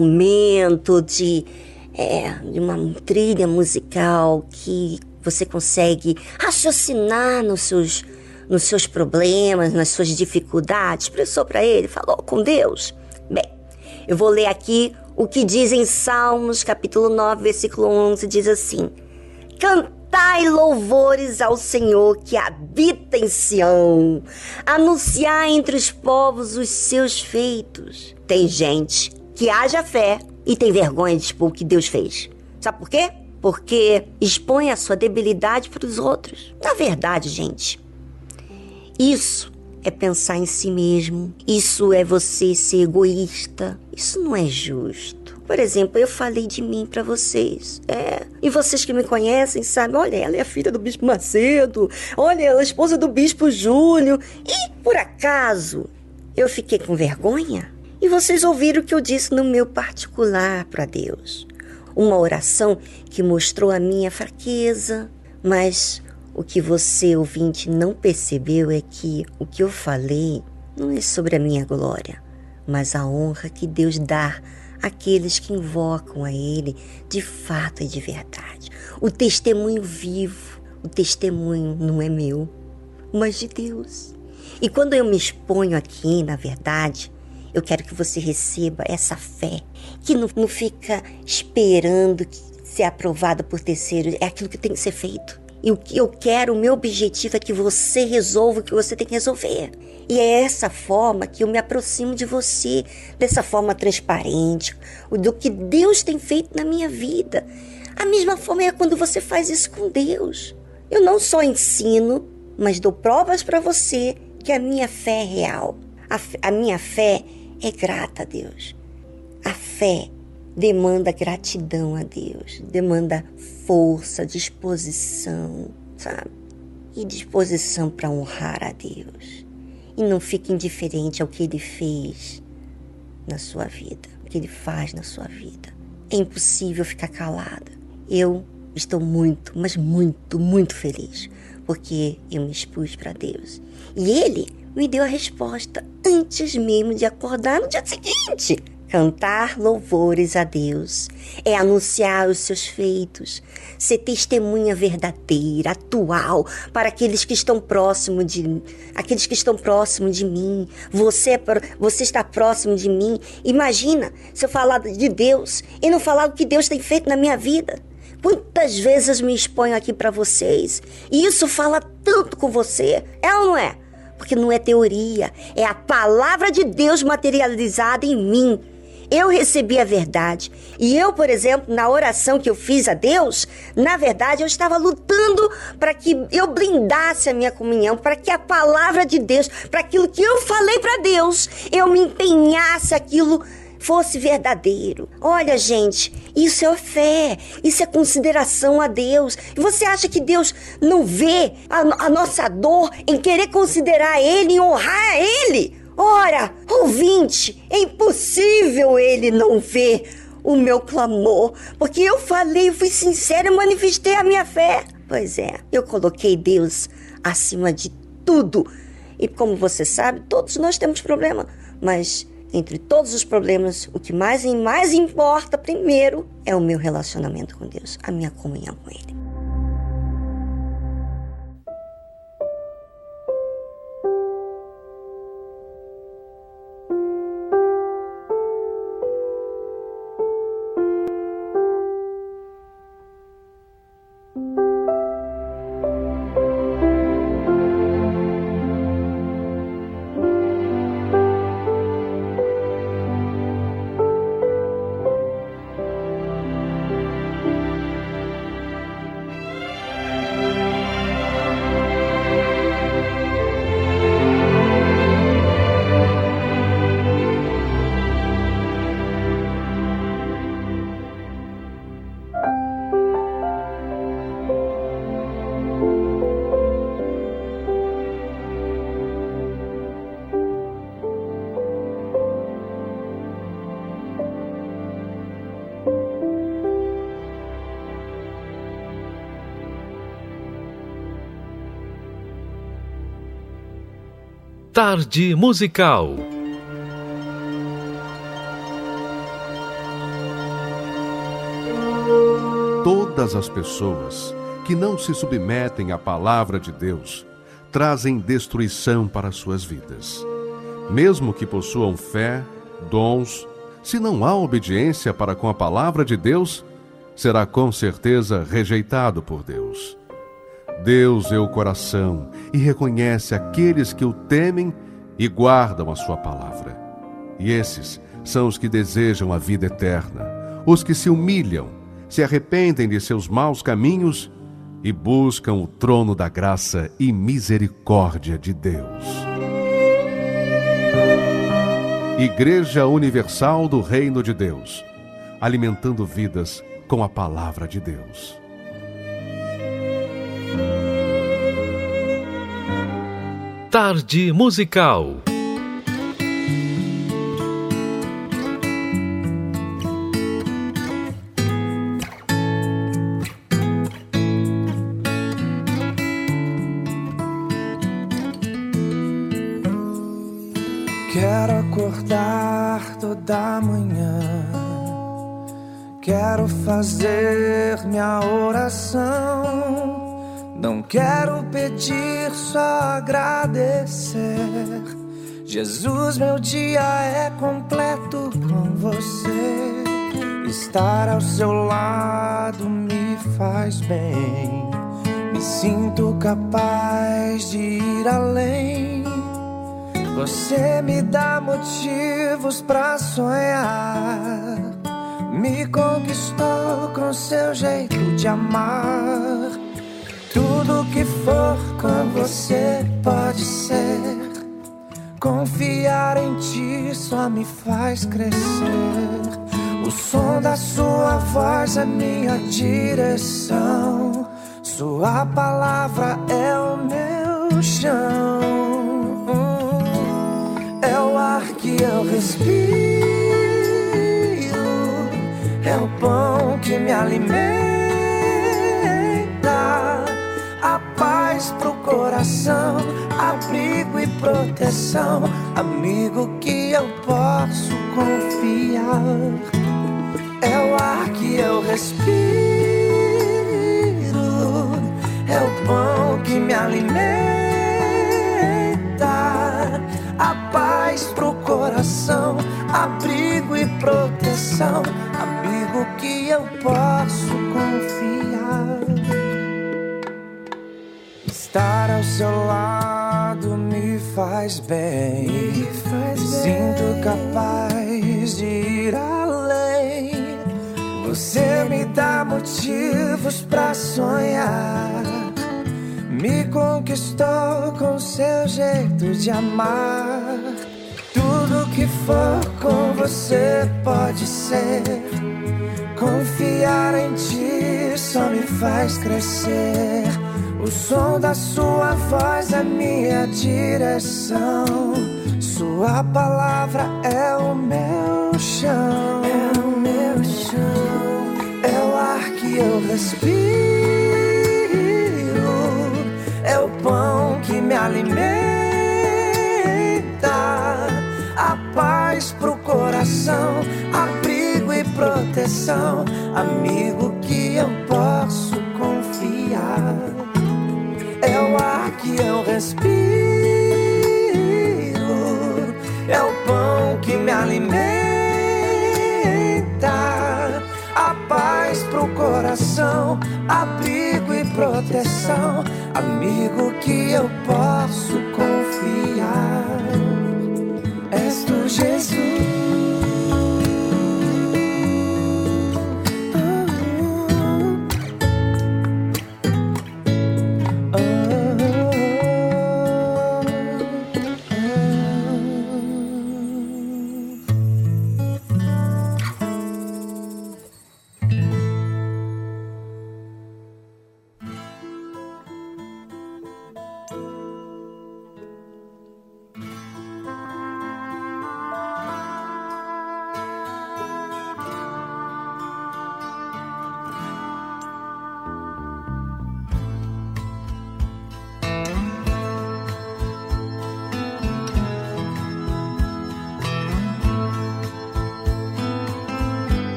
S2: momento de uma trilha musical que você consegue raciocinar nos nos seus problemas, nas suas dificuldades, expressou para ele, falou com Deus? Bem, eu vou ler aqui o que diz em Salmos, capítulo 9, versículo 11, diz assim: cantai louvores ao Senhor que habita em Sião, anunciar entre os povos os seus feitos. Tem gente que haja fé e tem vergonha de expor o que Deus fez. Sabe por quê? Porque expõe a sua debilidade para os outros. Na verdade, gente, isso é pensar em si mesmo. Isso é você ser egoísta. Isso não é justo. Por exemplo, eu falei de mim para vocês. E vocês que me conhecem sabem, olha, ela é a filha do Bispo Macedo. Olha, ela é a esposa do Bispo Júlio. E, por acaso, eu fiquei com vergonha? E vocês ouviram o que eu disse no meu particular para Deus. Uma oração que mostrou a minha fraqueza, mas o que você, ouvinte, não percebeu é que o que eu falei não é sobre a minha glória, mas a honra que Deus dá àqueles que invocam a Ele de fato e de verdade. O testemunho vivo, o testemunho não é meu, mas de Deus. E quando eu me exponho aqui, na verdade, eu quero que você receba essa fé, que não fica esperando ser aprovada por terceiros. É aquilo que tem que ser feito. E o que eu quero, o meu objetivo é que você resolva o que você tem que resolver. E é essa forma que eu me aproximo de você, dessa forma transparente, do que Deus tem feito na minha vida. A mesma forma é quando você faz isso com Deus. Eu não só ensino, mas dou provas para você que a minha fé é real. A minha fé é grata a Deus. A fé demanda gratidão a Deus, demanda força, disposição, sabe? E disposição para honrar a Deus. E não fique indiferente ao que Ele fez na sua vida, o que Ele faz na sua vida. É impossível ficar calada. Eu estou muito, mas muito, muito feliz, porque eu me expus para Deus. E Ele me deu a resposta antes mesmo de acordar no dia seguinte. Cantar louvores a Deus é anunciar os seus feitos, ser testemunha verdadeira, atual, para aqueles que estão próximos de mim. Você está próximo de mim. Imagina se eu falar de Deus e não falar o que Deus tem feito na minha vida. Quantas vezes eu me exponho aqui para vocês e isso fala tanto com você, é ou não é? Porque não é teoria, é a palavra de Deus materializada em mim. Eu recebi a verdade. E eu, por exemplo, na oração que eu fiz a Deus, na verdade eu estava lutando para que eu blindasse a minha comunhão, para que a palavra de Deus, para aquilo que eu falei para Deus, eu me empenhasse, aquilo fosse verdadeiro. Olha, gente, isso é fé, isso é consideração a Deus. E você acha que Deus não vê a nossa dor em querer considerar Ele, em honrar Ele? Ora, ouvinte, é impossível Ele não ver o meu clamor, porque eu falei, eu fui sincera, eu manifestei a minha fé. Pois é, eu coloquei Deus acima de tudo. E como você sabe, todos nós temos problema, mas entre todos os problemas, o que mais importa primeiro é o meu relacionamento com Deus, a minha comunhão com Ele.
S1: Tarde Musical.
S9: Todas as pessoas que não se submetem à palavra de Deus,
S5: trazem destruição para suas vidas. Mesmo que possuam fé, dons, se não há obediência para com a palavra de Deus, será com certeza rejeitado por Deus. Deus vê o coração e reconhece aqueles que o temem e guardam a sua palavra. E esses são os que desejam a vida eterna, os que se humilham, se arrependem de seus maus caminhos e buscam o trono da graça e misericórdia de Deus. Igreja Universal do Reino de Deus, alimentando vidas com a palavra de Deus.
S1: Tarde Musical.
S8: Quero acordar toda manhã, quero fazer minha oração. Não quero pedir, só agradecer. Jesus, meu dia é completo com você. Estar ao seu lado me faz bem. Me sinto capaz de ir além. Você me dá motivos pra sonhar. Me conquistou com seu jeito de amar. Tudo que for com você pode ser. Confiar em ti só me faz crescer. O som da sua voz é minha direção. Sua palavra é o meu chão. É o ar que eu respiro. É o pão que me alimenta. A paz pro coração, abrigo e proteção, amigo que eu posso confiar. É o ar que eu respiro, é o pão que me alimenta. A paz pro coração, abrigo e proteção, amigo que eu posso confiar. Estar ao seu lado me faz bem. Me sinto capaz de ir além. Você me dá motivos pra sonhar. Me conquistou com seu jeito de amar. Tudo que for com você pode ser. Confiar em ti só me faz crescer. O som da sua voz é minha direção. Sua palavra é o meu chão. É o meu chão. É o ar que eu respiro. É o pão que me alimenta. A paz pro coração, abrigo e proteção, amigo que eu posso confiar. É o ar que eu respiro, é o pão que me alimenta. A paz pro coração, abrigo e proteção, amigo que eu posso confiar. És tu, Jesus.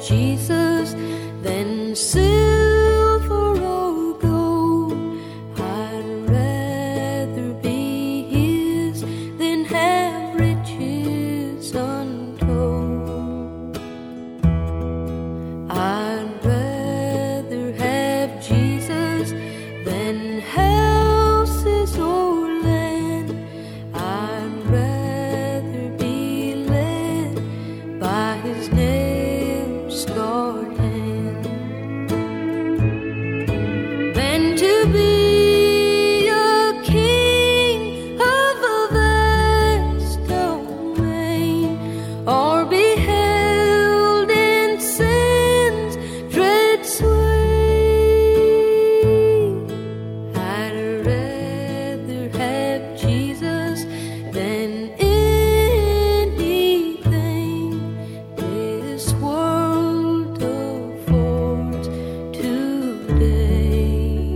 S4: Jesus than silver or gold. I'd rather be His than have riches untold. I'd rather have Jesus than houses or land. I'd rather be led by His nail-scarred hand than to be a king of a vast domain, or be held in sin's dread sway. I'd rather have Jesus than anything this world affords today.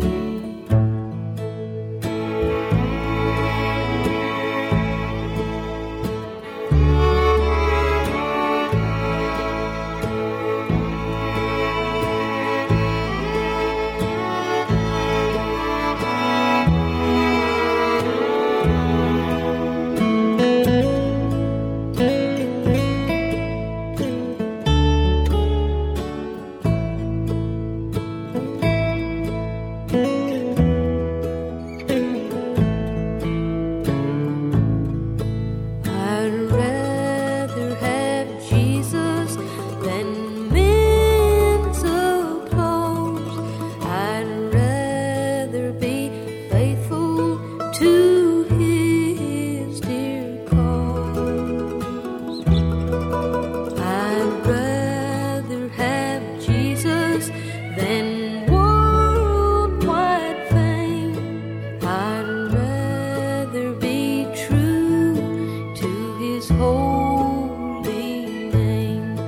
S4: I'd rather have Jesus than men's applause. I'd rather be faithful to His dear cause. I'd rather have Jesus than worldwide fame. I'd rather be true to His holy name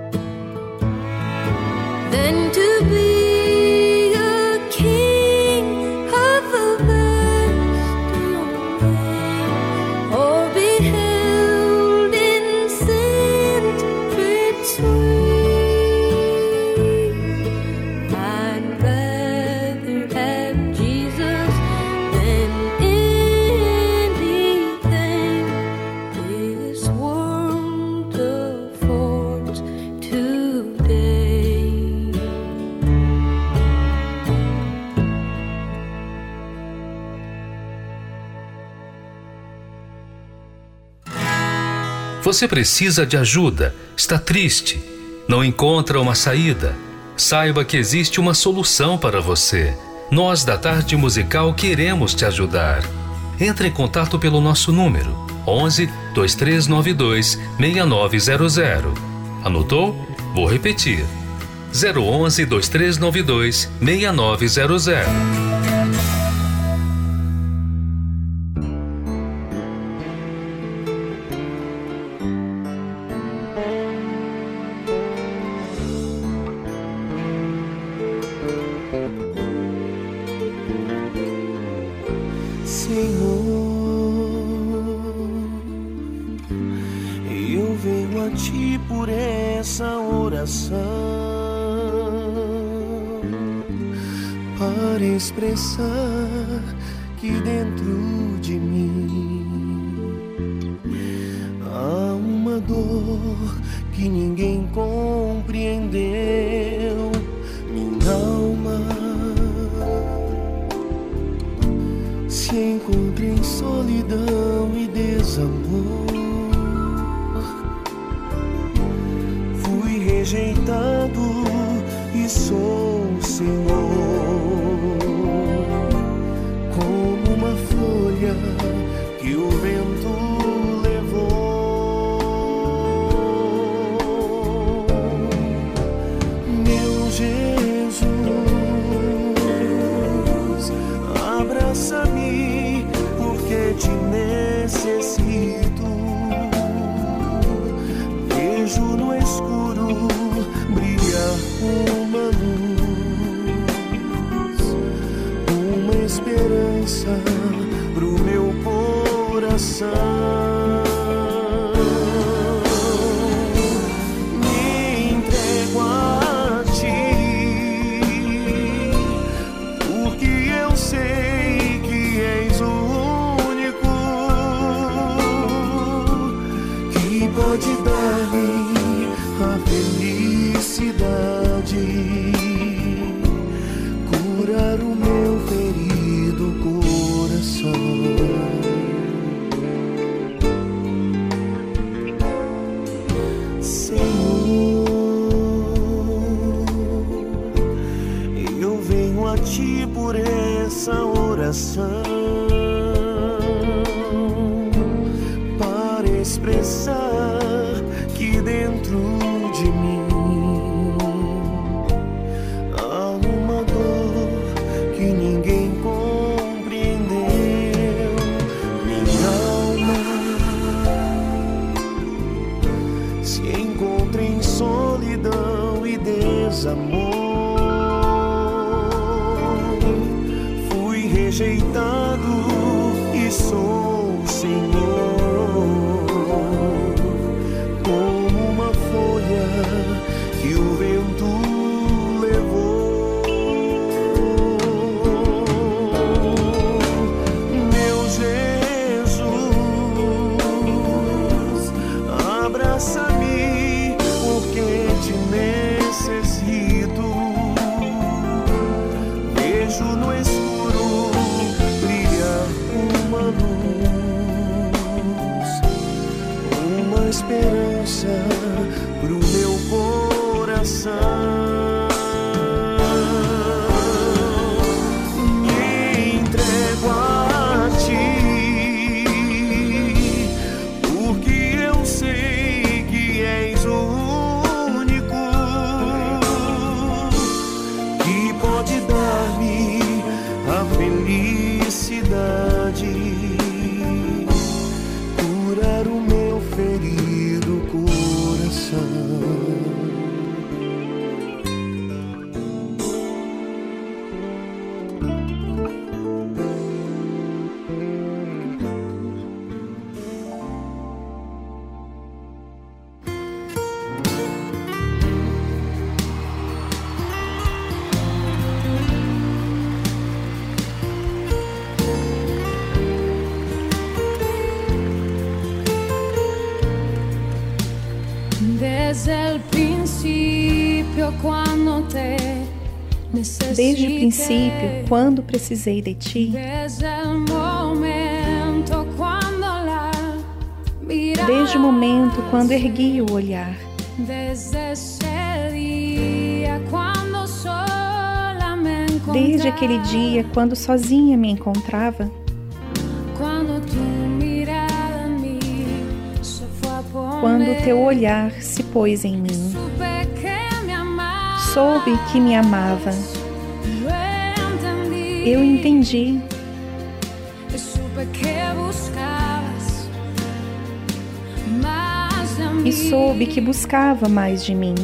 S4: than to be a king of a vast domain, or be held in sin's dread sway. I'd rather have Jesus than anything this world affords today.
S1: Você precisa de ajuda, está triste, não encontra uma saída. Saiba que existe uma solução para você. Nós da Tarde Musical queremos te ajudar. Entre em contato pelo nosso número 11 2392 6900. Anotou? Vou repetir. 011 2392 6900.
S6: Eu venho a Ti por essa oração, para expressar que dentro de mim há uma dor que ninguém compreendeu. Minha alma se encontra em solidão e desamor. Fui rejeitado e sou o Senhor, como uma folha que o vento levou. Meu Jesus, abraça-me, porque te necessito. Vejo no escuro brilhar uma luz, uma esperança pro meu coração. felicidade, curar o meu ferido coração. Por essa oração, para expressar que dentro de mim há uma dor que ninguém compreendeu. Minha alma se encontra em solidão e desamor. Rejeitado e sou o Senhor, como uma folha que o vento levou. Meu Jesus, abraça-me porque te necessito. Vejo no escuro uma esperança pro meu coração. Me entrego a ti, porque eu sei que és o único que pode dar-me a felicidade, curar o meu ferido coração.
S7: Desde o princípio, quando precisei de ti, desde o momento quando ergui o olhar, desde aquele dia quando sozinha me encontrava, quando teu olhar se pôs em mim, soube que me amava. Eu entendi. E soube que buscava mais de mim.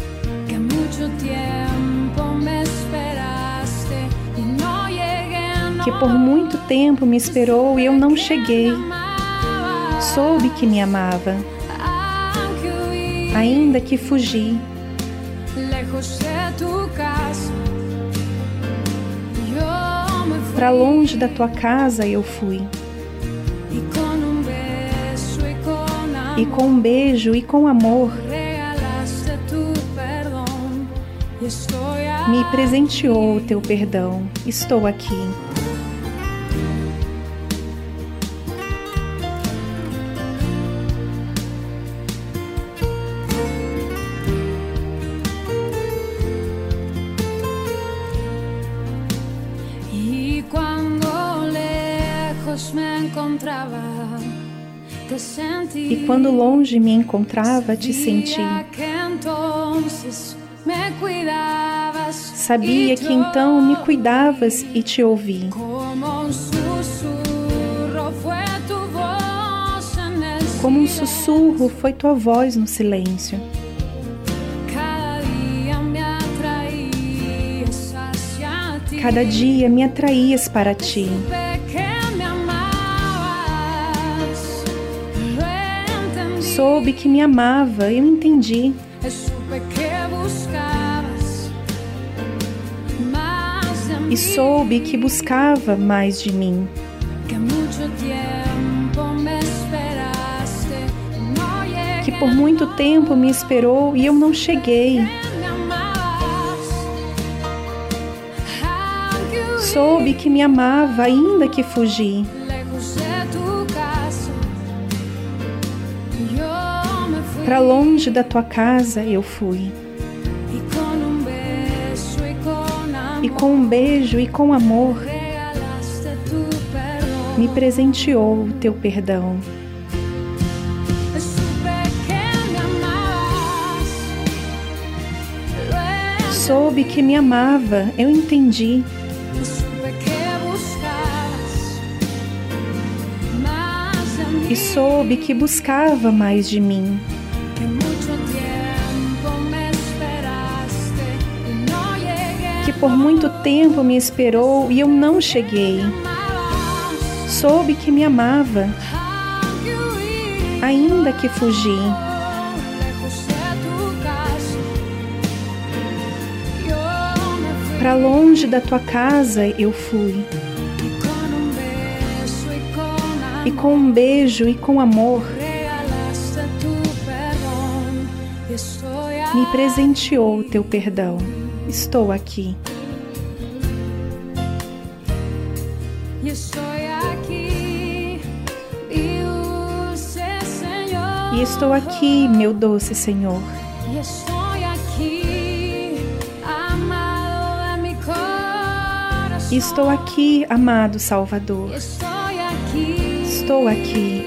S7: Que por muito tempo me esperou e eu não cheguei. Soube que me amava, ainda que fugi. Para longe da tua casa eu fui. E com um beijo e com amor me presenteou o teu perdão. Estou aqui. E quando longe me encontrava, te senti. Sabia que então me cuidavas e te ouvi. Como um sussurro foi tua voz no silêncio. Cada dia me atraías para ti. Soube que me amava, eu entendi. E soube que buscava mais de mim. Que por muito tempo me esperou e eu não cheguei. Soube que me amava ainda que fugi. Para longe da tua casa eu fui. E com um beijo e com amor me presenteou o teu perdão. Soube que me amava, eu entendi. E soube que buscava mais de mim. Que por muito tempo me esperou e eu não cheguei. Soube que me amava, ainda que fugi. Para longe da tua casa eu fui. E com um beijo e com amor me presenteou o teu perdão. Estou aqui. E estou aqui, meu doce Senhor. E estou aqui, amado Salvador. Estou aqui.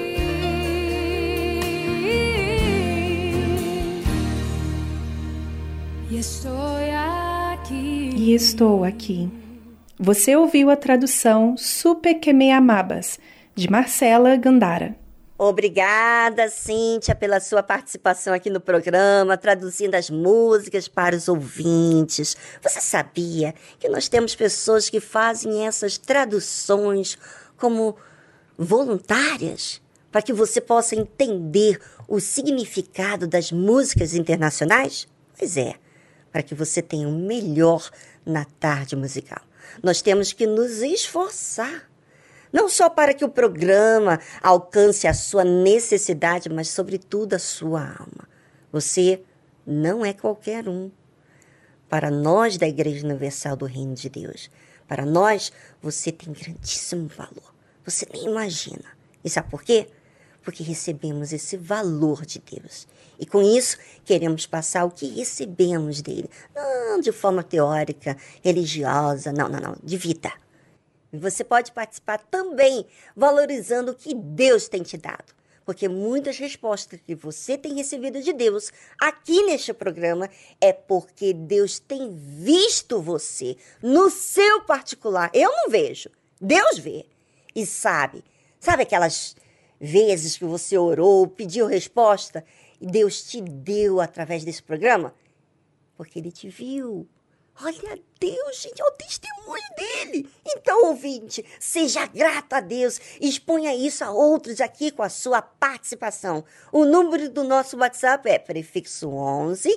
S7: E estou aqui. Você ouviu a tradução Supe que me amabas, de Marcela Gandara.
S2: Obrigada, Cíntia, pela sua participação aqui no programa, traduzindo as músicas para os ouvintes. Você sabia que nós temos pessoas que fazem essas traduções como voluntárias, para que você possa entender o significado das músicas internacionais? Pois é, para que você tenha o melhor na tarde musical. Nós temos que nos esforçar, não só para que o programa alcance a sua necessidade, mas, sobretudo, a sua alma. Você não é qualquer um. Para nós da Igreja Universal do Reino de Deus, para nós, você tem grandíssimo valor. Você nem imagina. E sabe por quê? Porque recebemos esse valor de Deus. E com isso, queremos passar o que recebemos dele. Não de forma teórica, religiosa, não, de vida. E você pode participar também valorizando o que Deus tem te dado. Porque muitas respostas que você tem recebido de Deus aqui neste programa é porque Deus tem visto você no seu particular. Eu não vejo, Deus vê. E sabe aquelas vezes que você orou, pediu resposta e Deus te deu através desse programa? Porque Ele te viu. Olha Deus, gente, é o testemunho dele. Então, ouvinte, seja grato a Deus. Exponha isso a outros aqui com a sua participação. O número do nosso WhatsApp é prefixo 11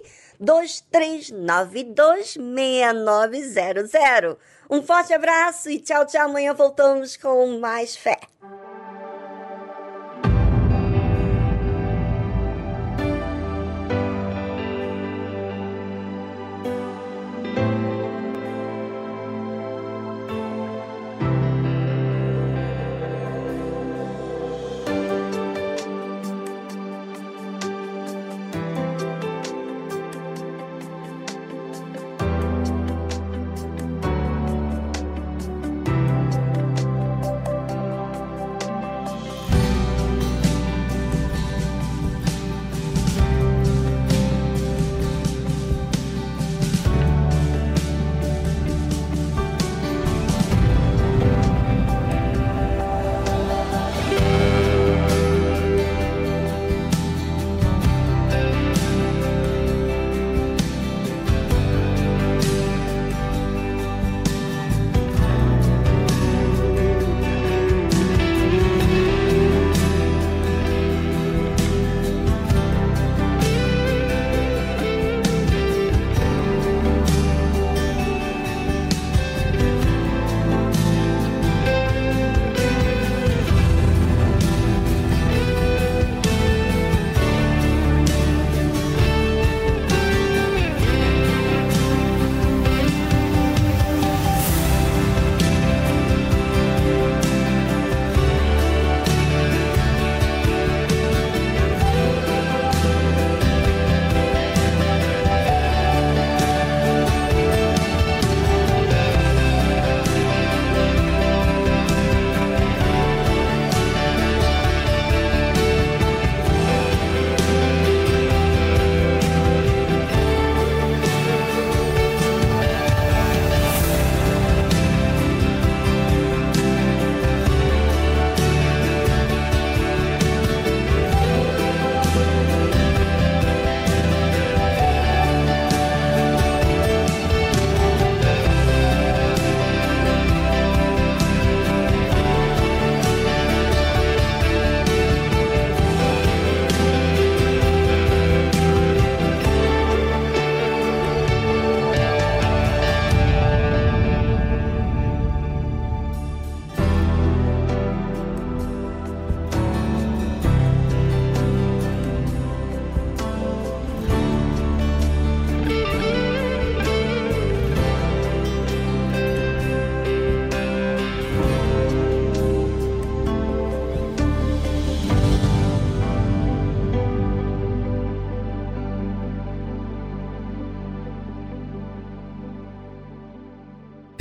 S2: 2392 6900. Um forte abraço e tchau, tchau. Amanhã voltamos com mais fé.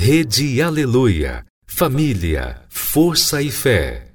S1: Rede Aleluia. Família, força e fé.